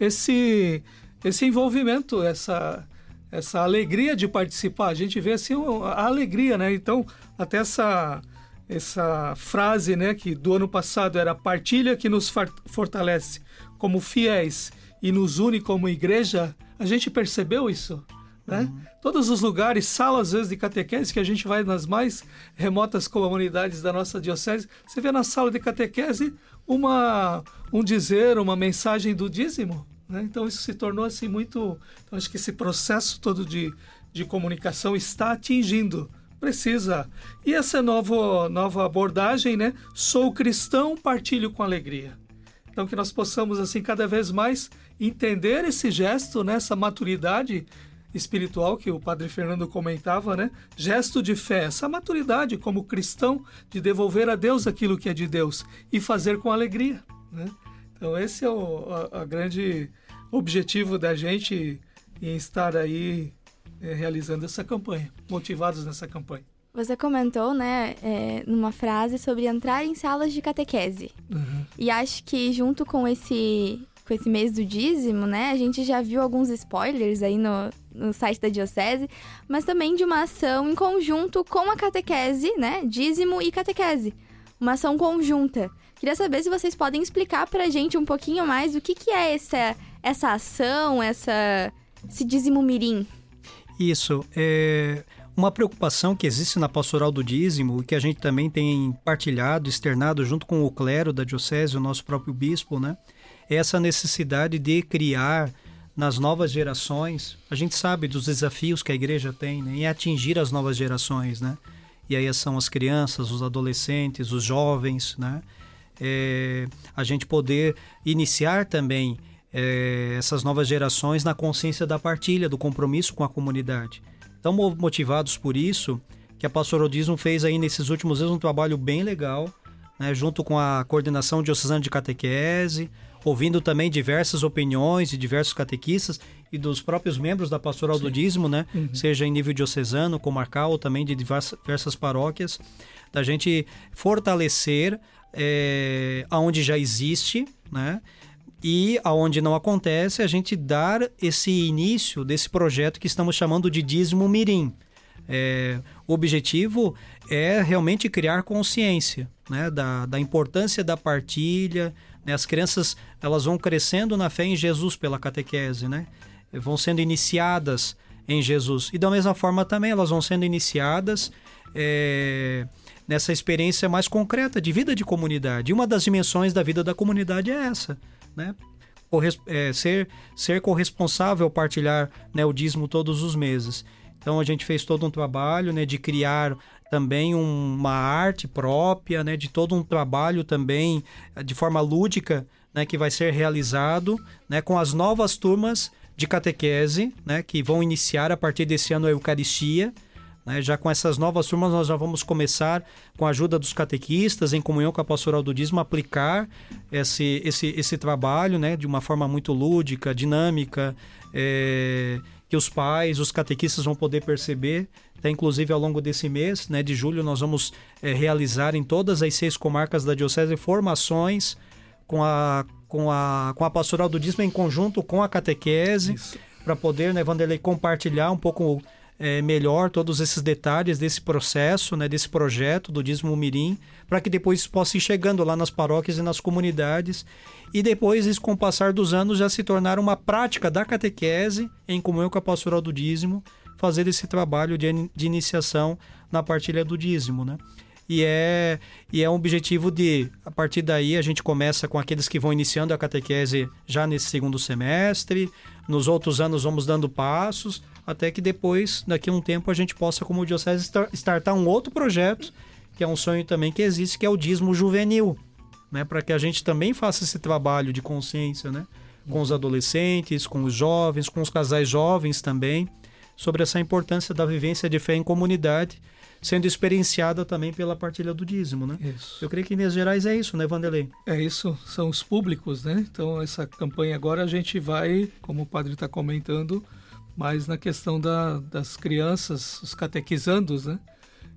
esse, esse envolvimento, essa, essa alegria de participar. A gente vê assim a alegria, né? Então, até essa, essa frase, né, que do ano passado era partilha que nos fortalece como fiéis e nos une como igreja, a gente percebeu isso, né? Uhum. Todos os lugares, salas às vezes de catequese, que a gente vai nas mais remotas comunidades da nossa diocese, você vê na sala de catequese uma, um dizer, uma mensagem do dízimo, né? Então isso se tornou assim muito... Então, acho que esse processo todo de, de comunicação está atingindo. Precisa. E essa nova, nova abordagem, né? Sou cristão, partilho com alegria. Então, que nós possamos, assim, cada vez mais entender esse gesto, né? Essa maturidade espiritual que o Padre Fernando comentava, né? Gesto de fé, essa maturidade como cristão de devolver a Deus aquilo que é de Deus e fazer com alegria, né? Então, esse é o a, a grande objetivo da gente em estar aí é, realizando essa campanha, motivados nessa campanha. Você comentou, né, é, numa frase sobre entrar em salas de catequese. Uhum. E acho que junto com esse, com esse mês do dízimo, né, a gente já viu alguns spoilers aí no, no site da Diocese, mas também de uma ação em conjunto com a catequese, né, dízimo e catequese. Uma ação conjunta. Queria saber se vocês podem explicar pra gente um pouquinho mais o que, que é essa, essa ação, essa, esse dízimo mirim. Isso. É... Uma preocupação que existe na pastoral do dízimo, e que a gente também tem partilhado, externado junto com o clero da diocese, o nosso próprio bispo, né? É essa necessidade de criar nas novas gerações. A gente sabe dos desafios que a igreja tem, né, em atingir as novas gerações, né? E aí são as crianças, os adolescentes, os jovens, né? É, a gente poder iniciar também é, essas novas gerações na consciência da partilha, do compromisso com a comunidade. Então, motivados por isso, que a Pastoral do Dízimo fez aí nesses últimos anos um trabalho bem legal, né, junto com a coordenação diocesana de catequese, ouvindo também diversas opiniões de diversos catequistas e dos próprios membros da Pastoral Sim. do Dízimo, né? Uhum. Seja em nível diocesano, comarcal, ou também de diversas, diversas paróquias, da gente fortalecer é, aonde já existe, né? E aonde não acontece, a gente dar esse início desse projeto que estamos chamando de Dízimo Mirim. É, o objetivo é realmente criar consciência, né, da, da importância da partilha, né? As crianças, elas vão crescendo na fé em Jesus pela catequese, né? Vão sendo iniciadas em Jesus. E da mesma forma também elas vão sendo iniciadas é, nessa experiência mais concreta de vida de comunidade. E uma das dimensões da vida da comunidade é essa, né? Corres- é, ser, ser corresponsável, partilhar, né, o dízimo todos os meses. Então a gente fez todo um trabalho, né, de criar também um, uma arte própria, né, de todo um trabalho também de forma lúdica, né, que vai ser realizado, né, com as novas turmas de catequese, né, que vão iniciar a partir desse ano a Eucaristia. Né, já com essas novas turmas nós já vamos começar, com a ajuda dos catequistas, em comunhão com a Pastoral do Dízimo, aplicar esse, esse, esse trabalho, né, de uma forma muito lúdica, dinâmica, é, que os pais, os catequistas vão poder perceber. Até, inclusive, ao longo desse mês, né, de julho, nós vamos é, realizar em todas as seis comarcas da Diocese formações com a, com a, com a Pastoral do Dízimo em conjunto com a catequese, para poder, né, Vanderlei, compartilhar um pouco é, melhor todos esses detalhes desse processo, né, desse projeto do Dízimo Mirim, para que depois isso possa ir chegando lá nas paróquias e nas comunidades, e depois isso, com o passar dos anos, já se tornar uma prática da catequese em comunhão com a Pastoral do Dízimo, fazer esse trabalho de, de iniciação na partilha do dízimo, né? E é, e é um objetivo de, a partir daí, a gente começa com aqueles que vão iniciando a catequese já nesse segundo semestre, nos outros anos vamos dando passos, até que depois, daqui a um tempo, a gente possa, como diocese, startar um outro projeto, que é um sonho também que existe, que é o dízimo juvenil, né? Para que a gente também faça esse trabalho de consciência, né? Com os adolescentes, com os jovens, com os casais jovens também, sobre essa importância da vivência de fé em comunidade, sendo experienciada também pela partilha do dízimo, né? Isso. Eu creio que em Minas Gerais é isso, né, Vanderlei? É isso, são os públicos, né? Então, essa campanha agora a gente vai, como o padre está comentando, mais na questão da, das crianças, os catequizandos, né?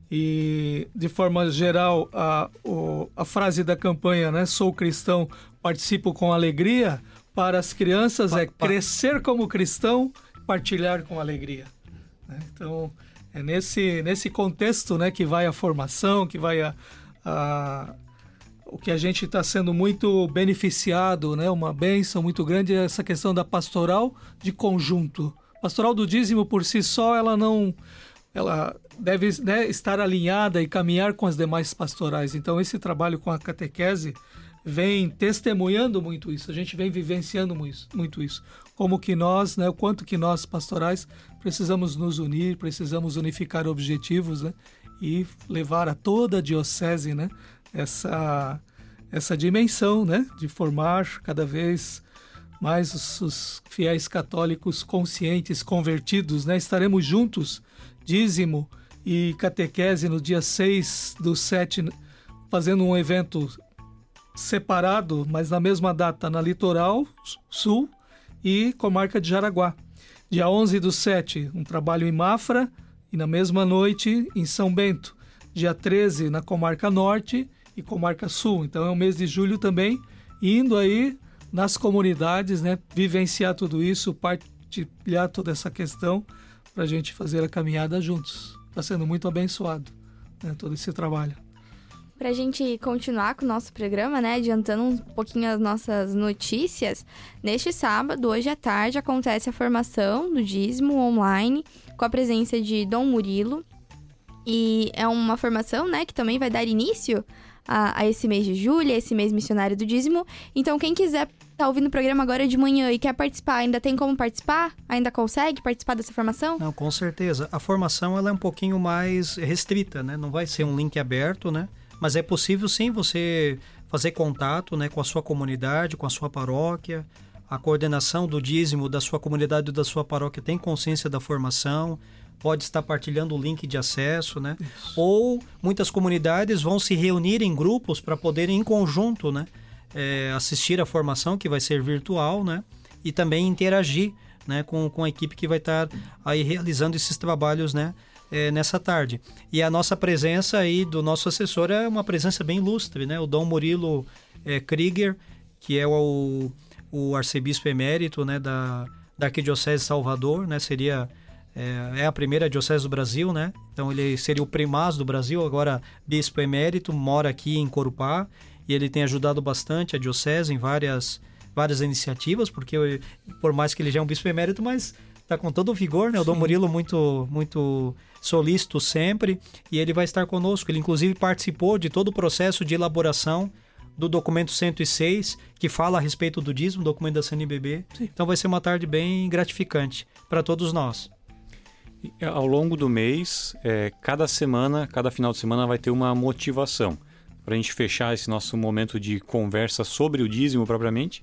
E, de forma geral, a, o, a frase da campanha, né? Sou cristão, participo com alegria, para as crianças pa, é pa... crescer como cristão, partilhar com alegria. Né? Então, é nesse, nesse contexto, né, que vai a formação, que vai a, a, o que a gente está sendo muito beneficiado, né, uma bênção muito grande, é essa questão da pastoral de conjunto. Pastoral do dízimo, por si só, ela não... ela deve, né, estar alinhada e caminhar com as demais pastorais. Então, esse trabalho com a catequese vem testemunhando muito isso, a gente vem vivenciando muito isso. Como que nós, né, o quanto que nós, pastorais, precisamos nos unir, precisamos unificar objetivos, né, e levar a toda a diocese, né, essa, essa dimensão, né, de formar cada vez mais os, os fiéis católicos conscientes, convertidos, né. Estaremos juntos, dízimo e catequese, no dia seis do sete, fazendo um evento separado, mas na mesma data, na Litoral Sul e comarca de Jaraguá. Dia onze do sete, um trabalho em Mafra e na mesma noite em São Bento. Dia treze, na comarca Norte e comarca Sul. Então é o mês de julho também, indo aí nas comunidades, né, vivenciar tudo isso, partilhar toda essa questão para a gente fazer a caminhada juntos. Está sendo muito abençoado, né, todo esse trabalho. Pra gente continuar com o nosso programa, né, adiantando um pouquinho as nossas notícias, neste sábado, hoje à tarde, acontece a formação do dízimo online, com a presença de Dom Murilo. E é uma formação, né, que também vai dar início a, a esse mês de julho, a esse mês missionário do dízimo. Então, quem quiser tá ouvindo o programa agora de manhã e quer participar, ainda tem como participar? Ainda consegue participar dessa formação? Não, com certeza. A formação ela é um pouquinho mais restrita, né? Não vai ser um link aberto, né? Mas é possível sim você fazer contato, né, com a sua comunidade, com a sua paróquia. A coordenação do dízimo da sua comunidade ou da sua paróquia tem consciência da formação, pode estar partilhando o link de acesso, né? Isso. Ou muitas comunidades vão se reunir em grupos para poderem em conjunto, né, é, assistir a formação que vai ser virtual, né? E também interagir, né, com, com a equipe que vai estar aí realizando esses trabalhos, né? É, nessa tarde. E a nossa presença aí do nosso assessor é uma presença bem ilustre, né? O Dom Murilo é, Krieger, que é o, o arcebispo emérito, né, da, da Arquidiocese de Salvador, né? Seria, é, é a primeira diocese do Brasil, né? Então ele seria o primaz do Brasil, agora bispo emérito, mora aqui em Corupá e ele tem ajudado bastante a diocese em várias, várias iniciativas, porque por mais que ele já é um bispo emérito, mas está com todo o vigor, né? O Dom Murilo muito, muito solícito sempre, e ele vai estar conosco. Ele inclusive participou de todo o processo de elaboração do documento cento e seis, que fala a respeito do dízimo, documento da C N B B. Sim. Então vai ser uma tarde bem gratificante para todos nós. E, ao longo do mês, é, cada semana, cada final de semana vai ter uma motivação. Para a gente fechar esse nosso momento de conversa sobre o dízimo propriamente,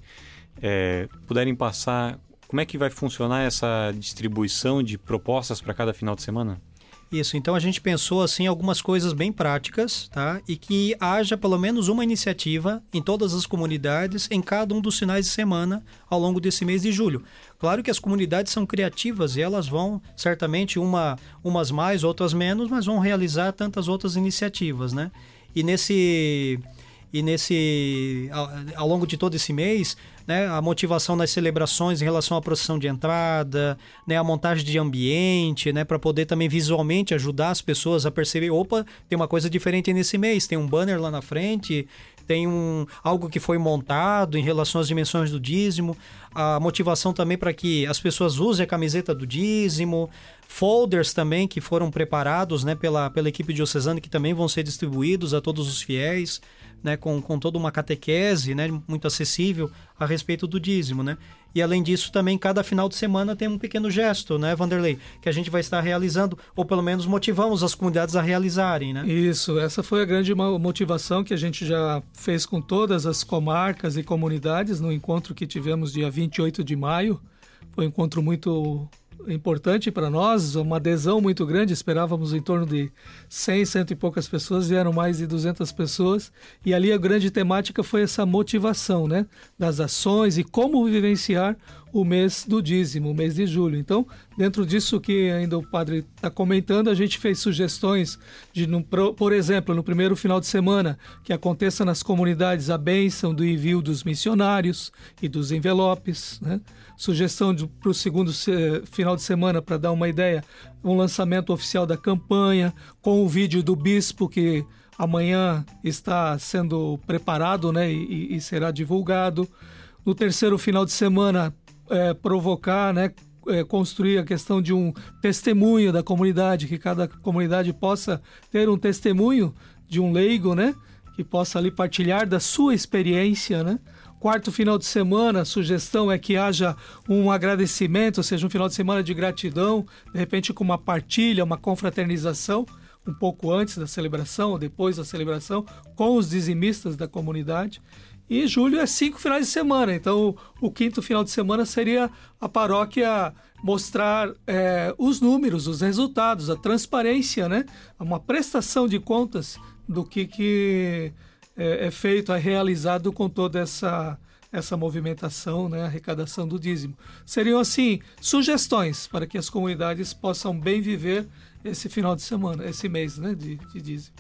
é, puderem passar como é que vai funcionar essa distribuição de propostas para cada final de semana? Isso, então a gente pensou assim algumas coisas bem práticas, tá? E que haja pelo menos uma iniciativa em todas as comunidades em cada um dos finais de semana ao longo desse mês de julho. Claro que as comunidades são criativas e elas vão, certamente, uma, umas mais, outras menos, mas vão realizar tantas outras iniciativas, né? E nesse... E nesse, ao, ao longo de todo esse mês, né, a motivação nas celebrações em relação à procissão de entrada, né, a montagem de ambiente, né, para poder também visualmente ajudar as pessoas a perceber, opa, tem uma coisa diferente nesse mês, tem um banner lá na frente, tem um, algo que foi montado em relação às dimensões do dízimo, a motivação também para que as pessoas usem a camiseta do dízimo, folders também que foram preparados, né, pela, pela equipe diocesana, que também vão ser distribuídos a todos os fiéis, né, com, com toda uma catequese, né, muito acessível a respeito do dízimo, né? E além disso também cada final de semana tem um pequeno gesto, né, Vanderlei, que a gente vai estar realizando, ou pelo menos motivamos as comunidades a realizarem, né? Isso, essa foi a grande motivação que a gente já fez com todas as comarcas e comunidades no encontro que tivemos dia vinte e oito de maio. Foi um encontro muito importante para nós, uma adesão muito grande, esperávamos em torno de cem, cento e poucas pessoas, vieram mais de duzentas pessoas, e ali a grande temática foi essa motivação, né, das ações e como vivenciar o mês do dízimo, o mês de julho. Então, dentro disso que ainda o padre está comentando, a gente fez sugestões de, por exemplo, no primeiro final de semana, que aconteça nas comunidades a bênção do envio dos missionários e dos envelopes, né? Sugestão para o segundo final de semana, para dar uma ideia, um lançamento oficial da campanha, com o vídeo do bispo que amanhã está sendo preparado, né, e, e será divulgado. No terceiro final de semana, é, provocar, né, é, construir a questão de um testemunho da comunidade, que cada comunidade possa ter um testemunho de um leigo, né, que possa ali partilhar da sua experiência, né. Quarto final de semana, a sugestão é que haja um agradecimento, ou seja, um final de semana de gratidão, de repente com uma partilha, uma confraternização, um pouco antes da celebração ou depois da celebração, com os dizimistas da comunidade. E julho é cinco finais de semana, então o, o quinto final de semana seria a paróquia mostrar é, os números, os resultados, a transparência, né? Uma prestação de contas do que... que é feito, é realizado com toda essa, essa movimentação, né, arrecadação do dízimo. Seriam, assim, sugestões para que as comunidades possam bem viver esse final de semana, esse mês, né, de, de dízimo.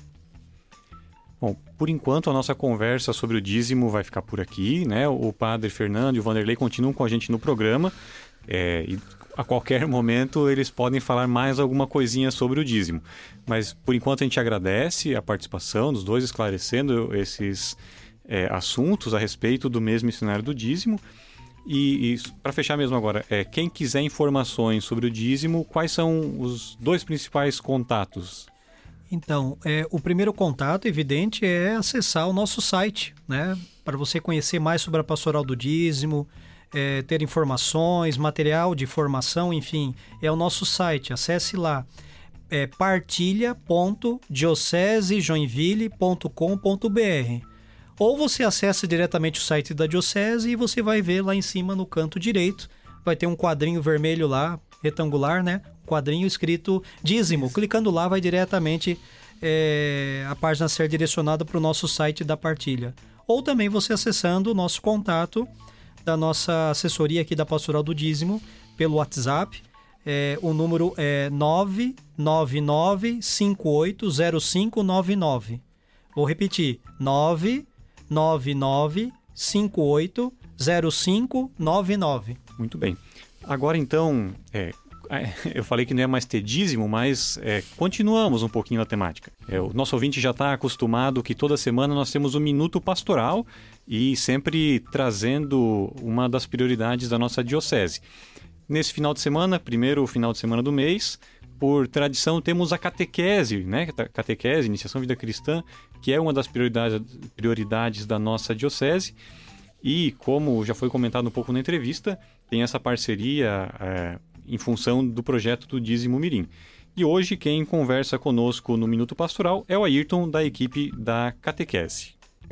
Bom, por enquanto a nossa conversa sobre o dízimo vai ficar por aqui, né? O padre Fernando e o Vanderlei continuam com a gente no programa, é, e a qualquer momento eles podem falar mais alguma coisinha sobre o dízimo. Mas, por enquanto, a gente agradece a participação dos dois, esclarecendo esses é, assuntos a respeito do mês missionário do dízimo. E, e para fechar mesmo agora, é, quem quiser informações sobre o dízimo, quais são os dois principais contatos? Então, é, o primeiro contato, evidente, é acessar o nosso site, né? Para você conhecer mais sobre a Pastoral do Dízimo, é, ter informações, material de formação, enfim, é o nosso site. Acesse lá, é partilha ponto diocese joinville ponto com ponto b r. Ou você acessa diretamente o site da Diocese e você vai ver lá em cima no canto direito, vai ter um quadrinho vermelho lá, retangular, né? Quadrinho escrito dízimo. Clicando lá vai diretamente é, a página ser direcionada para o nosso site da partilha. Ou também você acessando o nosso contato da nossa assessoria aqui da Pastoral do Dízimo pelo WhatsApp. É, o número é nove nove nove cinco oito zero cinco nove nove. Vou repetir, nove nove nove cinco oito zero cinco nove nove. Muito bem. Agora então, é, eu falei que não é mais ter dízimo, mas é, continuamos um pouquinho a temática. É, o nosso ouvinte já está acostumado que toda semana nós temos um Minuto Pastoral e sempre trazendo uma das prioridades da nossa diocese. Nesse final de semana, primeiro final de semana do mês, por tradição, temos a catequese, né? Catequese, Iniciação à Vida Cristã, que é uma das prioridades, prioridades da nossa diocese. E, como já foi comentado um pouco na entrevista, tem essa parceria é, em função do projeto do Dízimo Mirim. E hoje, quem conversa conosco no Minuto Pastoral é o Ayrton, da equipe da catequese.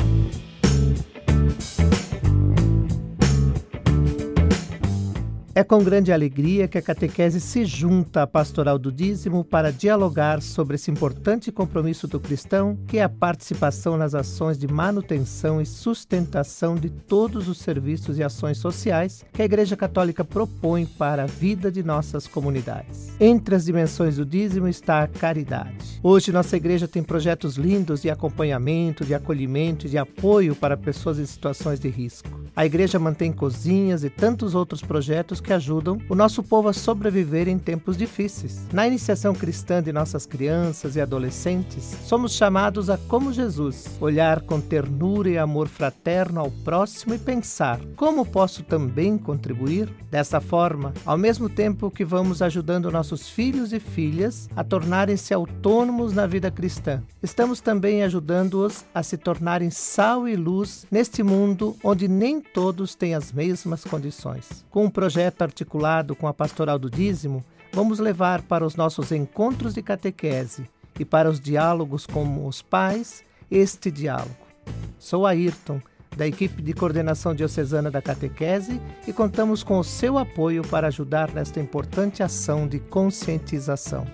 É com grande alegria que a catequese se junta à Pastoral do Dízimo para dialogar sobre esse importante compromisso do cristão, que é a participação nas ações de manutenção e sustentação de todos os serviços e ações sociais que a Igreja Católica propõe para a vida de nossas comunidades. Entre as dimensões do dízimo está a caridade. Hoje nossa Igreja tem projetos lindos de acompanhamento, de acolhimento e de apoio para pessoas em situações de risco. A Igreja mantém cozinhas e tantos outros projetos que ajudam o nosso povo a sobreviver em tempos difíceis. Na iniciação cristã de nossas crianças e adolescentes, somos chamados a, como Jesus, olhar com ternura e amor fraterno ao próximo e pensar: como posso também contribuir? Dessa forma, ao mesmo tempo que vamos ajudando nossos filhos e filhas a tornarem-se autônomos na vida cristã, estamos também ajudando-os a se tornarem sal e luz neste mundo onde nem todos têm as mesmas condições. Com um projeto articulado com a Pastoral do Dízimo, vamos levar para os nossos encontros de catequese e para os diálogos com os pais este diálogo. Sou Ayrton, da equipe de coordenação diocesana da catequese, e contamos com o seu apoio para ajudar nesta importante ação de conscientização.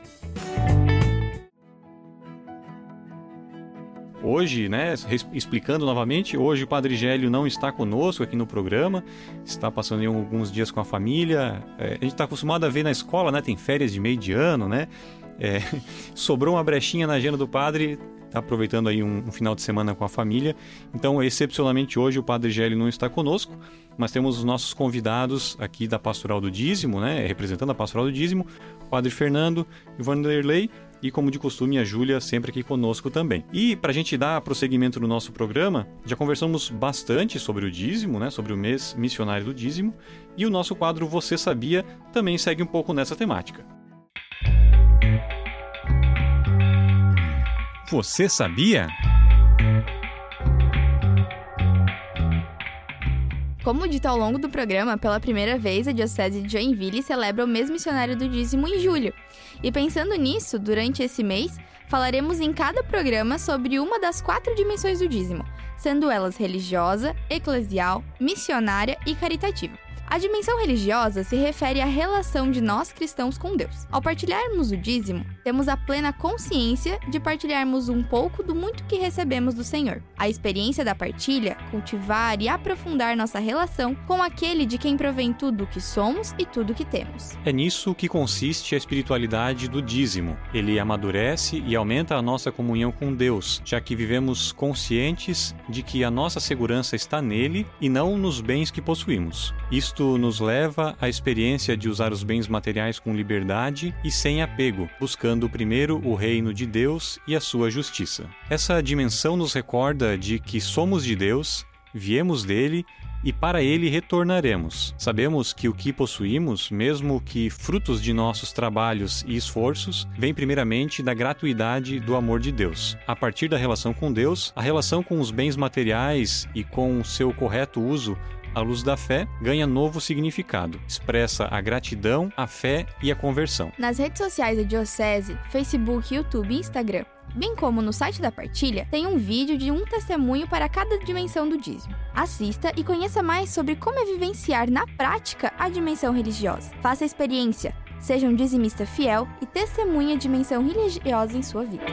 Hoje, né, explicando novamente, hoje o Padre Gélio não está conosco aqui no programa, está passando alguns dias com a família. É, a gente está acostumado a ver na escola, né, tem férias de meio de ano, né? É, sobrou uma brechinha na agenda do padre, está aproveitando aí um, um final de semana com a família. Então, excepcionalmente hoje o Padre Gélio não está conosco, mas temos os nossos convidados aqui da Pastoral do Dízimo, né, representando a Pastoral do Dízimo, o Padre Fernando e o Vanderlei. E, como de costume, a Júlia sempre aqui conosco também. E, para a gente dar prosseguimento no nosso programa, já conversamos bastante sobre o dízimo, né, sobre o mês missionário do dízimo, e o nosso quadro Você Sabia também segue um pouco nessa temática. Você sabia? Como dito ao longo do programa, pela primeira vez a Diocese de Joinville celebra o mês missionário do dízimo em julho. E pensando nisso, durante esse mês, falaremos em cada programa sobre uma das quatro dimensões do dízimo, sendo elas religiosa, eclesial, missionária e caritativa. A dimensão religiosa se refere à relação de nós cristãos com Deus. Ao partilharmos o dízimo, temos a plena consciência de partilharmos um pouco do muito que recebemos do Senhor. A experiência da partilha, cultivar e aprofundar nossa relação com aquele de quem provém tudo o que somos e tudo o que temos. É nisso que consiste a espiritualidade do dízimo. Ele amadurece e aumenta a nossa comunhão com Deus, já que vivemos conscientes de que a nossa segurança está nele e não nos bens que possuímos. Isto Isto nos leva à experiência de usar os bens materiais com liberdade e sem apego, buscando primeiro o reino de Deus e a sua justiça. Essa dimensão nos recorda de que somos de Deus, viemos dele e para ele retornaremos. Sabemos que o que possuímos, mesmo que frutos de nossos trabalhos e esforços, vem primeiramente da gratuidade do amor de Deus. A partir da relação com Deus, a relação com os bens materiais e com o seu correto uso à luz da fé, ganha novo significado. Expressa a gratidão, a fé e a conversão. Nas redes sociais da Diocese, Facebook, YouTube e Instagram, bem como no site da partilha, tem um vídeo de um testemunho para cada dimensão do dízimo. Assista e conheça mais sobre como é vivenciar na prática a dimensão religiosa. Faça a experiência, seja um dizimista fiel e testemunhe a dimensão religiosa em sua vida.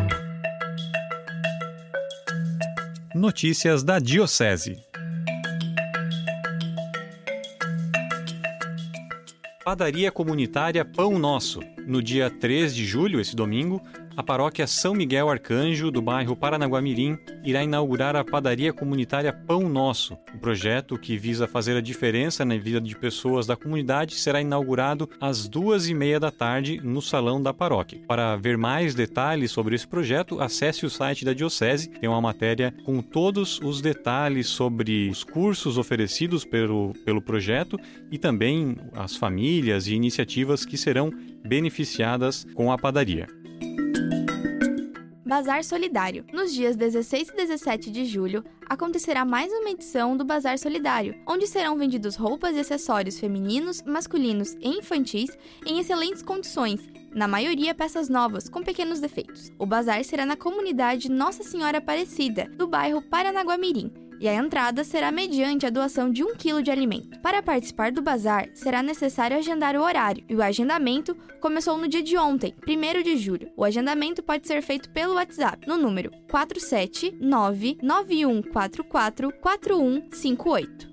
Notícias da Diocese. Padaria Comunitária Pão Nosso. No dia três de julho, esse domingo, a paróquia São Miguel Arcanjo, do bairro Paranaguamirim, irá inaugurar a Padaria Comunitária Pão Nosso. O projeto, que visa fazer a diferença na vida de pessoas da comunidade, será inaugurado às duas e meia da tarde no salão da paróquia. Para ver mais detalhes sobre esse projeto, acesse o site da Diocese. Tem uma matéria com todos os detalhes sobre os cursos oferecidos pelo, pelo projeto e também as famílias e iniciativas que serão beneficiadas com a padaria. Bazar Solidário. Nos dias dezesseis e dezessete de julho, acontecerá mais uma edição do Bazar Solidário, onde serão vendidos roupas e acessórios femininos, masculinos e infantis em excelentes condições, na maioria peças novas, com pequenos defeitos. O bazar será na comunidade Nossa Senhora Aparecida, do bairro Paranaguamirim, e a entrada será mediante a doação de um quilo de alimento. Para participar do bazar, será necessário agendar o horário, e o agendamento começou no dia de ontem, primeiro de julho. O agendamento pode ser feito pelo WhatsApp, no número quatro sete nove nove um quatro quatro quatro um cinco oito.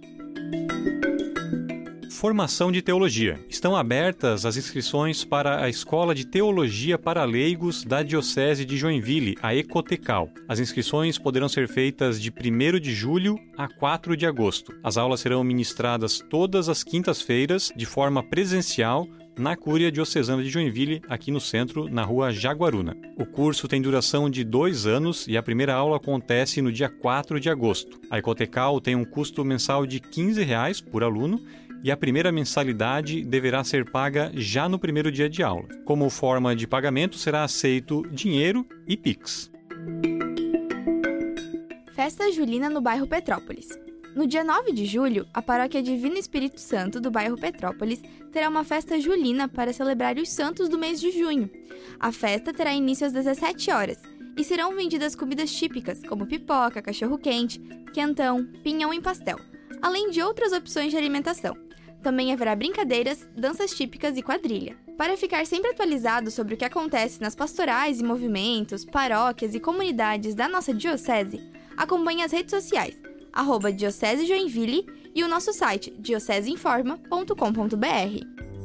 Formação de Teologia. Estão abertas as inscrições para a Escola de Teologia para Leigos da Diocese de Joinville, a Ecotecal. As inscrições poderão ser feitas de primeiro de julho a quatro de agosto. As aulas serão ministradas todas as quintas-feiras, de forma presencial, na Cúria Diocesana de Joinville, aqui no centro, na rua Jaguaruna. O curso tem duração de dois anos e a primeira aula acontece no dia quatro de agosto. A Ecotecal tem um custo mensal de quinze reais por aluno e a primeira mensalidade deverá ser paga já no primeiro dia de aula. Como forma de pagamento, será aceito dinheiro e Pix. Festa Julina no bairro Petrópolis. No dia nove de julho, a Paróquia Divino Espírito Santo do bairro Petrópolis terá uma festa julina para celebrar os santos do mês de junho. A festa terá início às dezessete horas e serão vendidas comidas típicas, como pipoca, cachorro-quente, quentão, pinhão em pastel, além de outras opções de alimentação. Também haverá brincadeiras, danças típicas e quadrilha. Para ficar sempre atualizado sobre o que acontece nas pastorais e movimentos, paróquias e comunidades da nossa diocese, acompanhe as redes sociais, arroba Diocese Joinville e o nosso site, dioceseinforma ponto com ponto b r.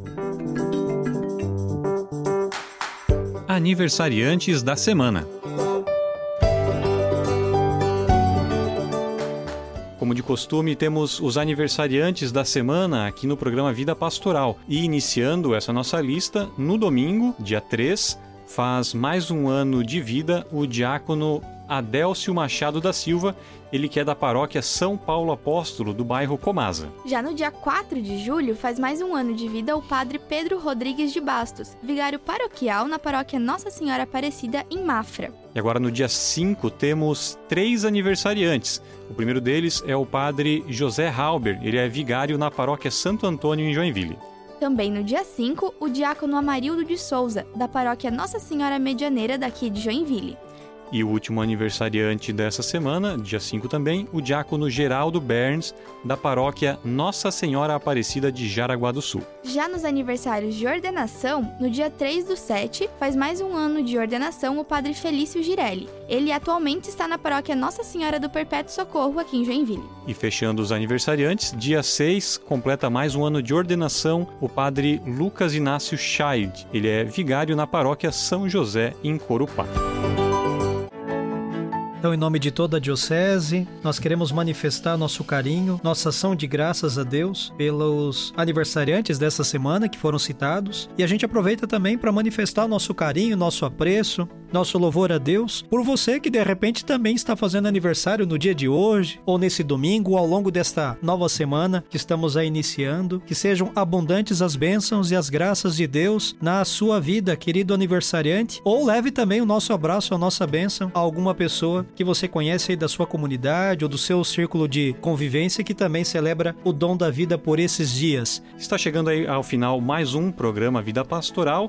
Aniversariantes da semana. Como de costume, temos os aniversariantes da semana aqui no programa Vida Pastoral. E iniciando essa nossa lista, no domingo, dia três, faz mais um ano de vida o diácono Adélcio Machado da Silva, ele que é da paróquia São Paulo Apóstolo, do bairro Comasa. Já no dia quatro de julho, faz mais um ano de vida o padre Pedro Rodrigues de Bastos, vigário paroquial na paróquia Nossa Senhora Aparecida, em Mafra. E agora no dia cinco temos três aniversariantes. O primeiro deles é o padre José Halber, ele é vigário na paróquia Santo Antônio, em Joinville. Também no dia cinco, o diácono Amarildo de Souza, da paróquia Nossa Senhora Medianeira, daqui de Joinville. E o último aniversariante dessa semana, dia cinco também, o diácono Geraldo Berns, da paróquia Nossa Senhora Aparecida de Jaraguá do Sul. Já nos aniversários de ordenação, no dia três do sete, faz mais um ano de ordenação o padre Felício Girelli. Ele atualmente está na paróquia Nossa Senhora do Perpétuo Socorro, aqui em Joinville. E fechando os aniversariantes, dia seis, completa mais um ano de ordenação o padre Lucas Inácio Scheid. Ele é vigário na paróquia São José, em Corupá. Então, em nome de toda a Diocese, nós queremos manifestar nosso carinho, nossa ação de graças a Deus pelos aniversariantes dessa semana que foram citados. E a gente aproveita também para manifestar nosso carinho, nosso apreço, nosso louvor a Deus por você que de repente também está fazendo aniversário no dia de hoje, ou nesse domingo, ou ao longo desta nova semana que estamos aí iniciando. Que sejam abundantes as bênçãos e as graças de Deus na sua vida, querido aniversariante. Ou leve também o nosso abraço, a nossa bênção a alguma pessoa que você conhece aí da sua comunidade ou do seu círculo de convivência que também celebra o dom da vida por esses dias. Está chegando aí ao final mais um programa Vida Pastoral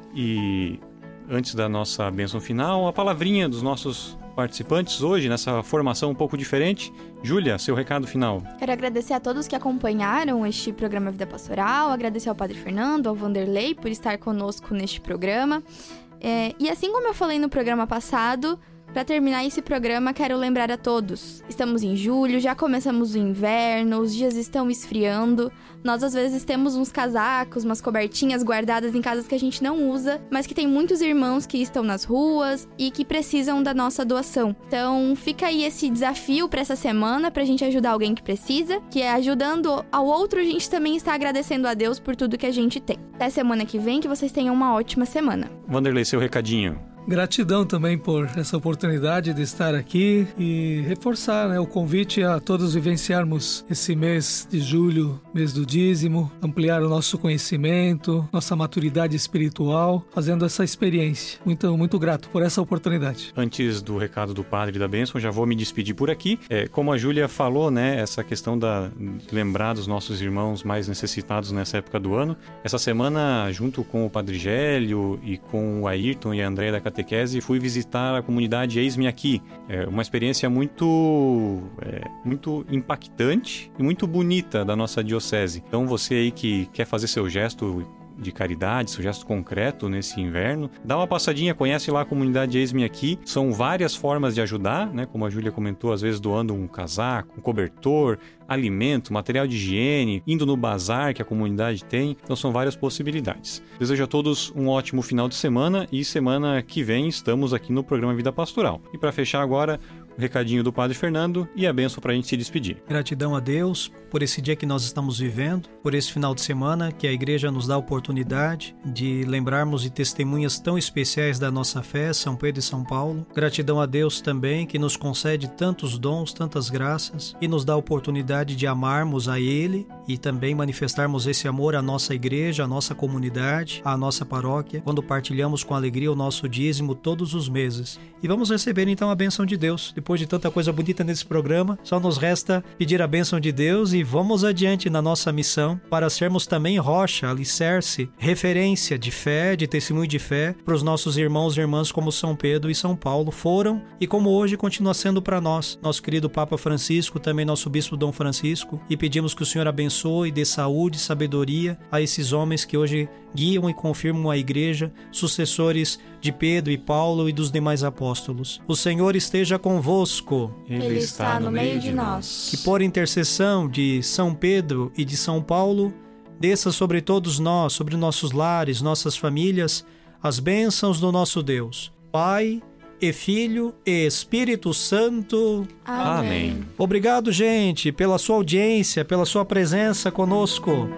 e antes da nossa bênção final, a palavrinha dos nossos participantes hoje nessa formação um pouco diferente. Júlia, seu recado final. Quero agradecer a todos que acompanharam este programa Vida Pastoral, agradecer ao Padre Fernando, ao Vanderlei por estar conosco neste programa. É, e assim como eu falei no programa passado, para terminar esse programa, quero lembrar a todos. Estamos em julho, já começamos o inverno, os dias estão esfriando. Nós, às vezes, temos uns casacos, umas cobertinhas guardadas em casas que a gente não usa, mas que tem muitos irmãos que estão nas ruas e que precisam da nossa doação. Então, fica aí esse desafio para essa semana, pra gente ajudar alguém que precisa, que é ajudando ao outro, a gente também está agradecendo a Deus por tudo que a gente tem. Até semana que vem, que vocês tenham uma ótima semana. Vanderlei, seu recadinho. Gratidão também por essa oportunidade de estar aqui e reforçar, né, o convite a todos vivenciarmos esse mês de julho, mês do dízimo, ampliar o nosso conhecimento, nossa maturidade espiritual, fazendo essa experiência. Muito, muito grato por essa oportunidade. Antes do recado do Padre e da bênção, já vou me despedir por aqui. É, como a Júlia falou, né, essa questão da, de lembrar dos nossos irmãos mais necessitados nessa época do ano. Essa semana, junto com o Padre Gélio e com o Ayrton e a Andréia da Catequese, fui visitar a comunidade Eis-me Aqui. É uma experiência muito, é, muito impactante e muito bonita da nossa diocese. Então você aí que quer fazer seu gesto de caridade, seu gesto concreto nesse inverno, dá uma passadinha, conhece lá a comunidade Eis-me Aqui. São várias formas de ajudar, né? Como a Júlia comentou, às vezes doando um casaco, um cobertor, alimento, material de higiene, indo no bazar que a comunidade tem. Então são várias possibilidades. Desejo a todos um ótimo final de semana e semana que vem estamos aqui no programa Vida Pastoral. E para fechar agora, o recadinho do Padre Fernando e a bênção para a gente se despedir. Gratidão a Deus por esse dia que nós estamos vivendo, por esse final de semana que a Igreja nos dá a oportunidade de lembrarmos de testemunhas tão especiais da nossa fé, São Pedro e São Paulo. Gratidão a Deus também que nos concede tantos dons, tantas graças e nos dá a oportunidade de amarmos a Ele e também manifestarmos esse amor à nossa igreja, à nossa comunidade, à nossa paróquia, quando partilhamos com alegria o nosso dízimo todos os meses. E vamos receber então a bênção de Deus. Depois de tanta coisa bonita nesse programa, só nos resta pedir a bênção de Deus e vamos adiante na nossa missão para sermos também rocha, alicerce, referência de fé, de testemunho de fé para os nossos irmãos e irmãs como São Pedro e São Paulo foram e como hoje continua sendo para nós, nosso querido Papa Francisco, também nosso Bispo Dom Francisco, e pedimos que o Senhor abençoe e dê saúde e sabedoria a esses homens que hoje guiam e confirmam a Igreja, sucessores de Pedro e Paulo e dos demais apóstolos. O Senhor esteja convosco. Ele está no meio de nós. Que por intercessão de São Pedro e de São Paulo, desça sobre todos nós, sobre nossos lares, nossas famílias, as bênçãos do nosso Deus, Pai e Filho e Espírito Santo. Amém. Obrigado, gente, pela sua audiência, pela sua presença conosco.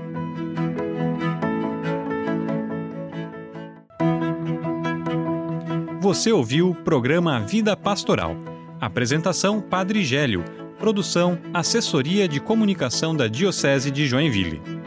Você ouviu o programa Vida Pastoral. Apresentação Padre Gélio. Produção Assessoria de Comunicação da Diocese de Joinville.